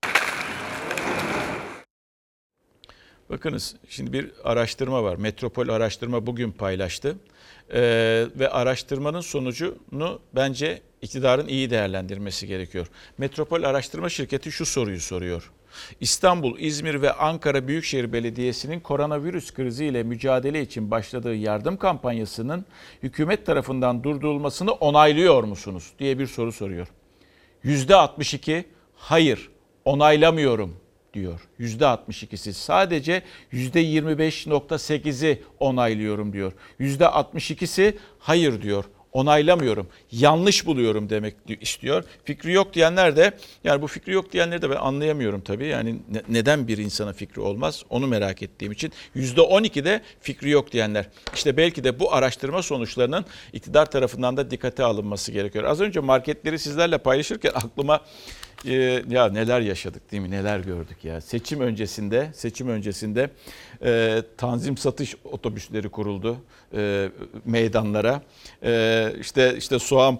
Bakınız şimdi bir araştırma var. Metropol araştırma bugün paylaştı. Ve araştırmanın sonucunu bence iktidarın iyi değerlendirmesi gerekiyor. Metropol Araştırma Şirketi şu soruyu soruyor. İstanbul, İzmir ve Ankara Büyükşehir Belediyesi'nin koronavirüs kriziyle mücadele için başladığı yardım kampanyasının hükümet tarafından durdurulmasını onaylıyor musunuz diye bir soru soruyor. %62 hayır, onaylamıyorum diyor. %62'si, sadece %25.8'i onaylıyorum diyor. %62'si hayır diyor, onaylamıyorum, yanlış buluyorum demek istiyor. Fikri yok diyenler de, yani bu fikri yok diyenleri de ben anlayamıyorum tabii. Yani neden bir insana fikri olmaz onu merak ettiğim için. %12'de fikri yok diyenler. İşte belki de bu araştırma sonuçlarının iktidar tarafından da dikkate alınması gerekiyor. Az önce marketleri sizlerle paylaşırken aklıma ya neler yaşadık değil mi? Neler gördük ya. Seçim öncesinde tanzim satış otobüsleri kuruldu meydanlara. İşte soğan,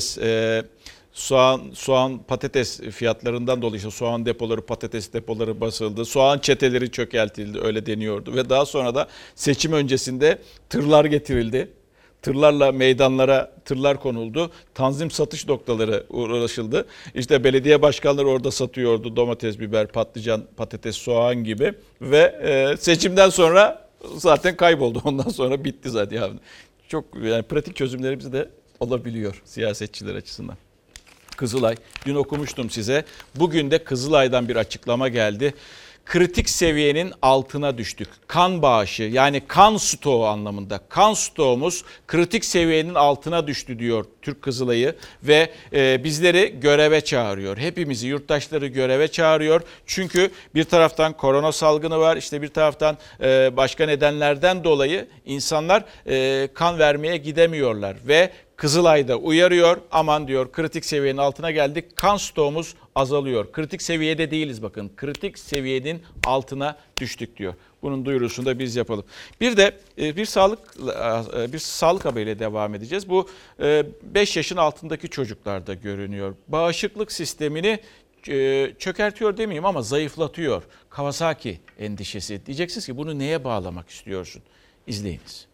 patates fiyatlarından dolayı işte soğan depoları, patates depoları basıldı. Soğan çeteleri çökeltildi, öyle deniyordu ve daha sonra da seçim öncesinde tırlar getirildi. Tırlarla meydanlara tırlar konuldu. Tanzim satış noktaları uğraşıldı. İşte belediye başkanları orada satıyordu. Domates, biber, patlıcan, patates, soğan gibi. Ve seçimden sonra zaten kayboldu. Ondan sonra bitti zaten. Çok yani pratik çözümlerimiz de olabiliyor siyasetçiler açısından. Kızılay. Dün okumuştum size. Bugün de Kızılay'dan bir açıklama geldi. Kritik seviyenin altına düştük. Kan bağışı, yani kan stoğu anlamında. Kan stoğumuz kritik seviyenin altına düştü diyor Türk Kızılay'ı ve bizleri göreve çağırıyor. Hepimizi, yurttaşları göreve çağırıyor. Çünkü bir taraftan korona salgını var, işte bir taraftan başka nedenlerden dolayı insanlar kan vermeye gidemiyorlar ve Kızılay'da uyarıyor, aman diyor, kritik seviyenin altına geldik, kan stoğumuz azalıyor. Kritik seviyede değiliz bakın, kritik seviyenin altına düştük diyor. Bunun duyurusunu da biz yapalım. Bir de bir sağlık haberiyle devam edeceğiz. Bu 5 yaşın altındaki çocuklarda görünüyor. Bağışıklık sistemini çökertiyor demeyeyim ama zayıflatıyor. Kawasaki endişesi. Diyeceksiniz ki bunu neye bağlamak istiyorsun? İzleyiniz.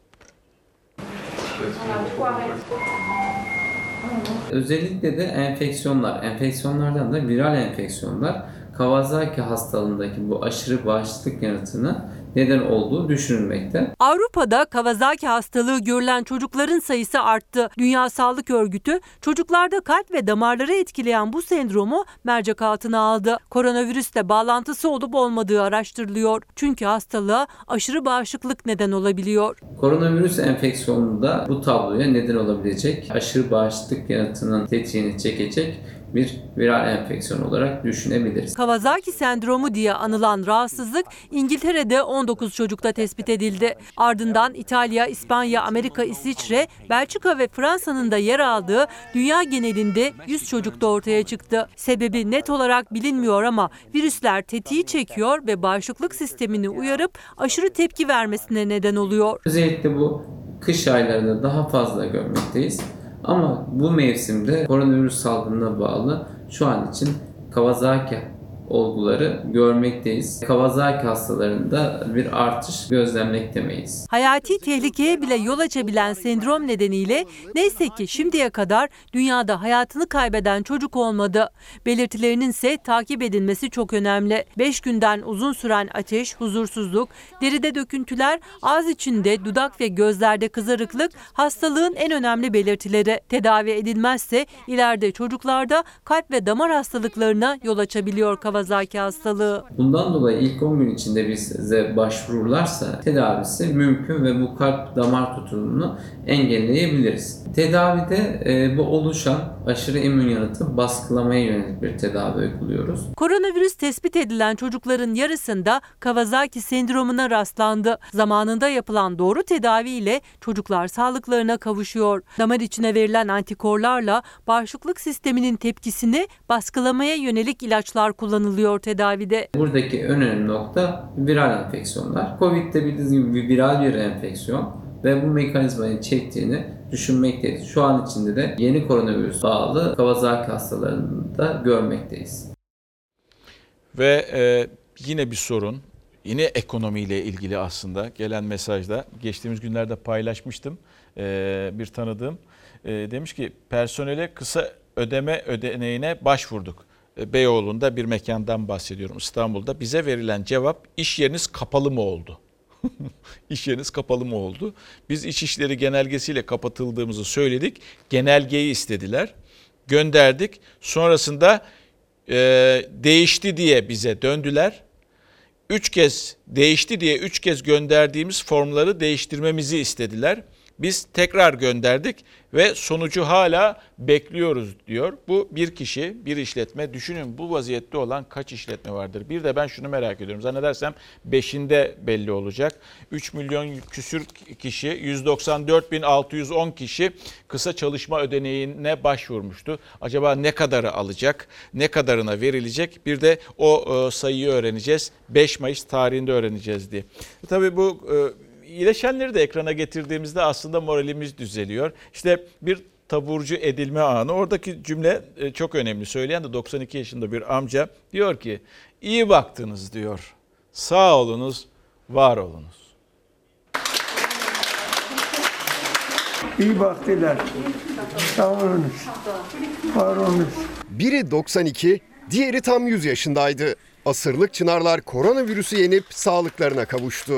Özellikle de enfeksiyonlardan da viral enfeksiyonlar Kawasaki hastalığındaki bu aşırı bağışıklık yanıtına neden olduğu düşünülmekte. Avrupa'da Kawasaki hastalığı görülen çocukların sayısı arttı. Dünya Sağlık Örgütü çocuklarda kalp ve damarları etkileyen bu sendromu mercek altına aldı. Koronavirüsle bağlantısı olup olmadığı araştırılıyor. Çünkü hastalığa aşırı bağışıklık neden olabiliyor. Koronavirüs enfeksiyonunda bu tabloya neden olabilecek aşırı bağışıklık yanıtının tetiğini çekecek bir viral enfeksiyon olarak düşünebiliriz. Kawasaki sendromu diye anılan rahatsızlık İngiltere'de 19 çocukta tespit edildi. Ardından İtalya, İspanya, Amerika, İsviçre, Belçika ve Fransa'nın da yer aldığı dünya genelinde 100 çocukta ortaya çıktı. Sebebi net olarak bilinmiyor ama virüsler tetiği çekiyor ve bağışıklık sistemini uyarıp aşırı tepki vermesine neden oluyor. Özellikle bu kış aylarında daha fazla görmekteyiz. Ama bu mevsimde koronavirüs salgınına bağlı şu an için Kawasaki olguları görmekteyiz. Kawasaki hastalarında bir artış gözlemlekteyiz. Hayati tehlikeye bile yol açabilen sendrom nedeniyle neyse ki şimdiye kadar dünyada hayatını kaybeden çocuk olmadı. Belirtilerinin ise takip edilmesi çok önemli. 5 günden uzun süren ateş, huzursuzluk, deride döküntüler, ağız içinde, dudak ve gözlerde kızarıklık hastalığın en önemli belirtileri. Tedavi edilmezse ileride çocuklarda kalp ve damar hastalıklarına yol açabiliyor Kawasaki Kawasaki hastalığı. Bundan dolayı ilk 10 gün içinde bize başvururlarsa tedavisi mümkün ve bu kalp damar tutulumunu engelleyebiliriz. Tedavide bu oluşan aşırı immün yanıtı baskılamaya yönelik bir tedavi uyguluyoruz. Koronavirüs tespit edilen çocukların yarısında Kawasaki sendromuna rastlandı. Zamanında yapılan doğru tedaviyle çocuklar sağlıklarına kavuşuyor. Damar içine verilen antikorlarla bağışıklık sisteminin tepkisini baskılamaya yönelik ilaçlar kullanılıyor tedavide. Buradaki en önemli nokta viral enfeksiyonlar. Covid'de bildiğiniz gibi bir viral bir enfeksiyon ve bu mekanizmayı çektiğini düşünmekteyiz. Şu an içinde de yeni koronavirüs bağlı Kawasaki hastalarını da görmekteyiz. Ve yine bir sorun, yine ekonomiyle ilgili aslında gelen mesajda geçtiğimiz günlerde paylaşmıştım. Bir tanıdığım demiş ki personele kısa ödeme ödeneğine başvurduk. Beyoğlu'nda bir mekandan bahsediyorum, İstanbul'da. Bize verilen cevap iş yeriniz kapalı mı oldu? İş yeriniz kapalı mı oldu? Biz İçişleri genelgesiyle kapatıldığımızı söyledik. Genelgeyi istediler. Gönderdik. Sonrasında değişti diye bize döndüler. 3 kez değişti diye 3 kez gönderdiğimiz formları değiştirmemizi istediler. Biz tekrar gönderdik ve sonucu hala bekliyoruz diyor. Bu bir kişi, bir işletme. Düşünün bu vaziyette olan kaç işletme vardır? Bir de ben şunu merak ediyorum. Zannedersem 5'inde belli olacak. 3 milyon küsür kişi, 194.610 kişi kısa çalışma ödeneğine başvurmuştu. Acaba ne kadarı alacak? Ne kadarına verilecek? Bir de o sayıyı öğreneceğiz. 5 Mayıs tarihinde öğreneceğiz diye. Tabii bu iyileşenleri de ekrana getirdiğimizde aslında moralimiz düzeliyor. İşte bir taburcu edilme anı. Oradaki cümle çok önemli. Söyleyen de 92 yaşında bir amca diyor ki iyi baktınız diyor. Sağ olunuz, var olunuz. İyi baktılar. Sağ olunuz. Var olunuz. Biri 92, diğeri tam 100 yaşındaydı. Asırlık çınarlar koronavirüsü yenip sağlıklarına kavuştu.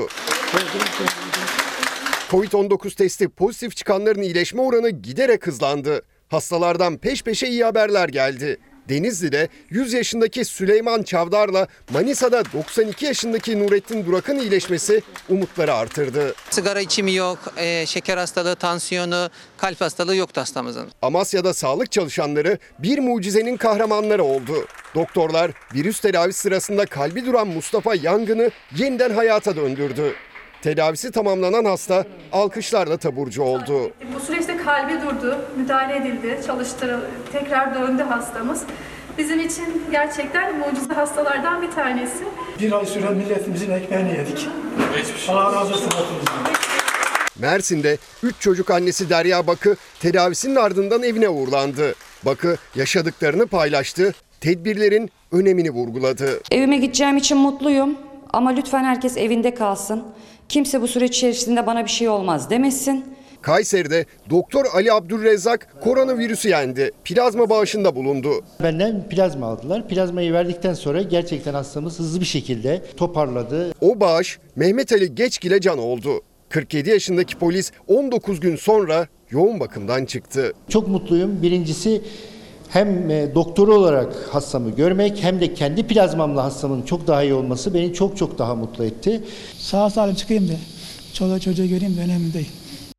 Covid-19 testi pozitif çıkanların iyileşme oranı giderek hızlandı. Hastalardan peş peşe iyi haberler geldi. Denizli'de 100 yaşındaki Süleyman Çavdar'la Manisa'da 92 yaşındaki Nurettin Durak'ın iyileşmesi umutları artırdı. Sigara içimi yok, şeker hastalığı, tansiyonu, kalp hastalığı yoktu hastamızın. Amasya'da sağlık çalışanları bir mucizenin kahramanları oldu. Doktorlar virüs tedavisi sırasında kalbi duran Mustafa Yangın'ı yeniden hayata döndürdü. Tedavisi tamamlanan hasta alkışlarla taburcu oldu. Bu süreçte kalbi durdu, müdahale edildi, çalıştırıldı, tekrar döndü hastamız. Bizim için gerçekten mucize hastalardan bir tanesi. Bir ay süren milletimizin ekmeğini yedik. Allah razı olsun hepimizden. Mersin'de 3 çocuk annesi Derya Bakı tedavisinin ardından evine uğurlandı. Bakı yaşadıklarını paylaştı, tedbirlerin önemini vurguladı. Evime gideceğim için mutluyum ama lütfen herkes evinde kalsın. Kimse bu süreç içerisinde bana bir şey olmaz demesin. Kayseri'de Doktor Ali Abdülrezzak koronavirüsü yendi. Plazma bağışında bulundu. Benden plazma aldılar. Plazmayı verdikten sonra gerçekten hastamız hızlı bir şekilde toparladı. O bağış Mehmet Ali Geçgil'e can oldu. 47 yaşındaki polis 19 gün sonra yoğun bakımdan çıktı. Çok mutluyum. Birincisi hem doktoru olarak hastamı görmek hem de kendi plazmamla hastamın çok daha iyi olması beni çok daha mutlu etti. Sağ salim çıkayım da çoluğu çocuğu göreyim de önemli değil.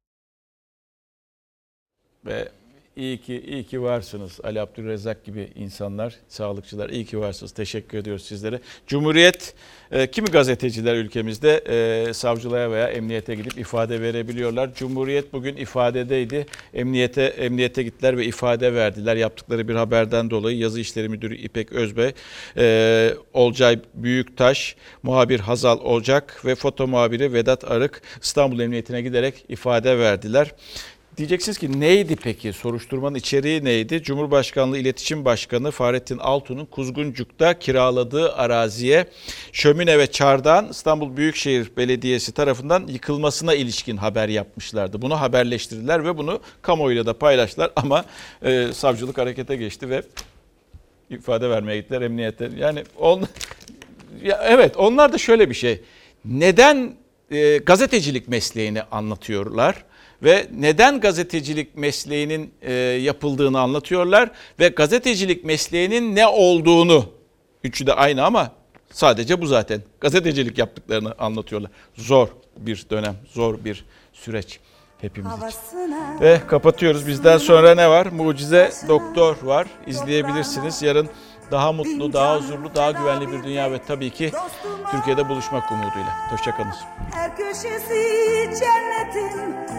Ve iyi ki varsınız. Ali Abdülrezzak gibi insanlar, sağlıkçılar iyi ki varsınız. Teşekkür ediyoruz sizlere. Cumhuriyet, kimi gazeteciler ülkemizde savcılığa veya emniyete gidip ifade verebiliyorlar. Cumhuriyet bugün ifadedeydi. Emniyete gittiler ve ifade verdiler. Yaptıkları bir haberden dolayı Yazı İşleri Müdürü İpek Özbey, Olcay Büyüktaş, muhabir Hazal Olcak ve foto muhabiri Vedat Arık İstanbul Emniyetine giderek ifade verdiler. Diyeceksiniz ki neydi peki? Soruşturmanın içeriği neydi? Cumhurbaşkanlığı İletişim Başkanı Fahrettin Altun'un Kuzguncuk'ta kiraladığı araziye şömine ve çardağın İstanbul Büyükşehir Belediyesi tarafından yıkılmasına ilişkin haber yapmışlardı. Bunu haberleştirdiler ve bunu kamuoyuyla da paylaştılar ama savcılık harekete geçti ve ifade vermeye gittiler emniyete. Yani evet, onlar da şöyle bir şey. Neden gazetecilik mesleğini anlatıyorlar? Ve neden gazetecilik mesleğinin yapıldığını anlatıyorlar ve gazetecilik mesleğinin ne olduğunu Üçü de aynı ama sadece bu zaten. Gazetecilik yaptıklarını anlatıyorlar. Zor bir dönem, zor bir süreç hepimiz için. Ve kapatıyoruz. Bizden sonra ne var? Mucize Doktor var. İzleyebilirsiniz. Yarın daha mutlu, daha huzurlu, daha güvenli bir dünya ve tabii ki Türkiye'de buluşmak umuduyla. Hoşça kalın. Her köşesi cennetin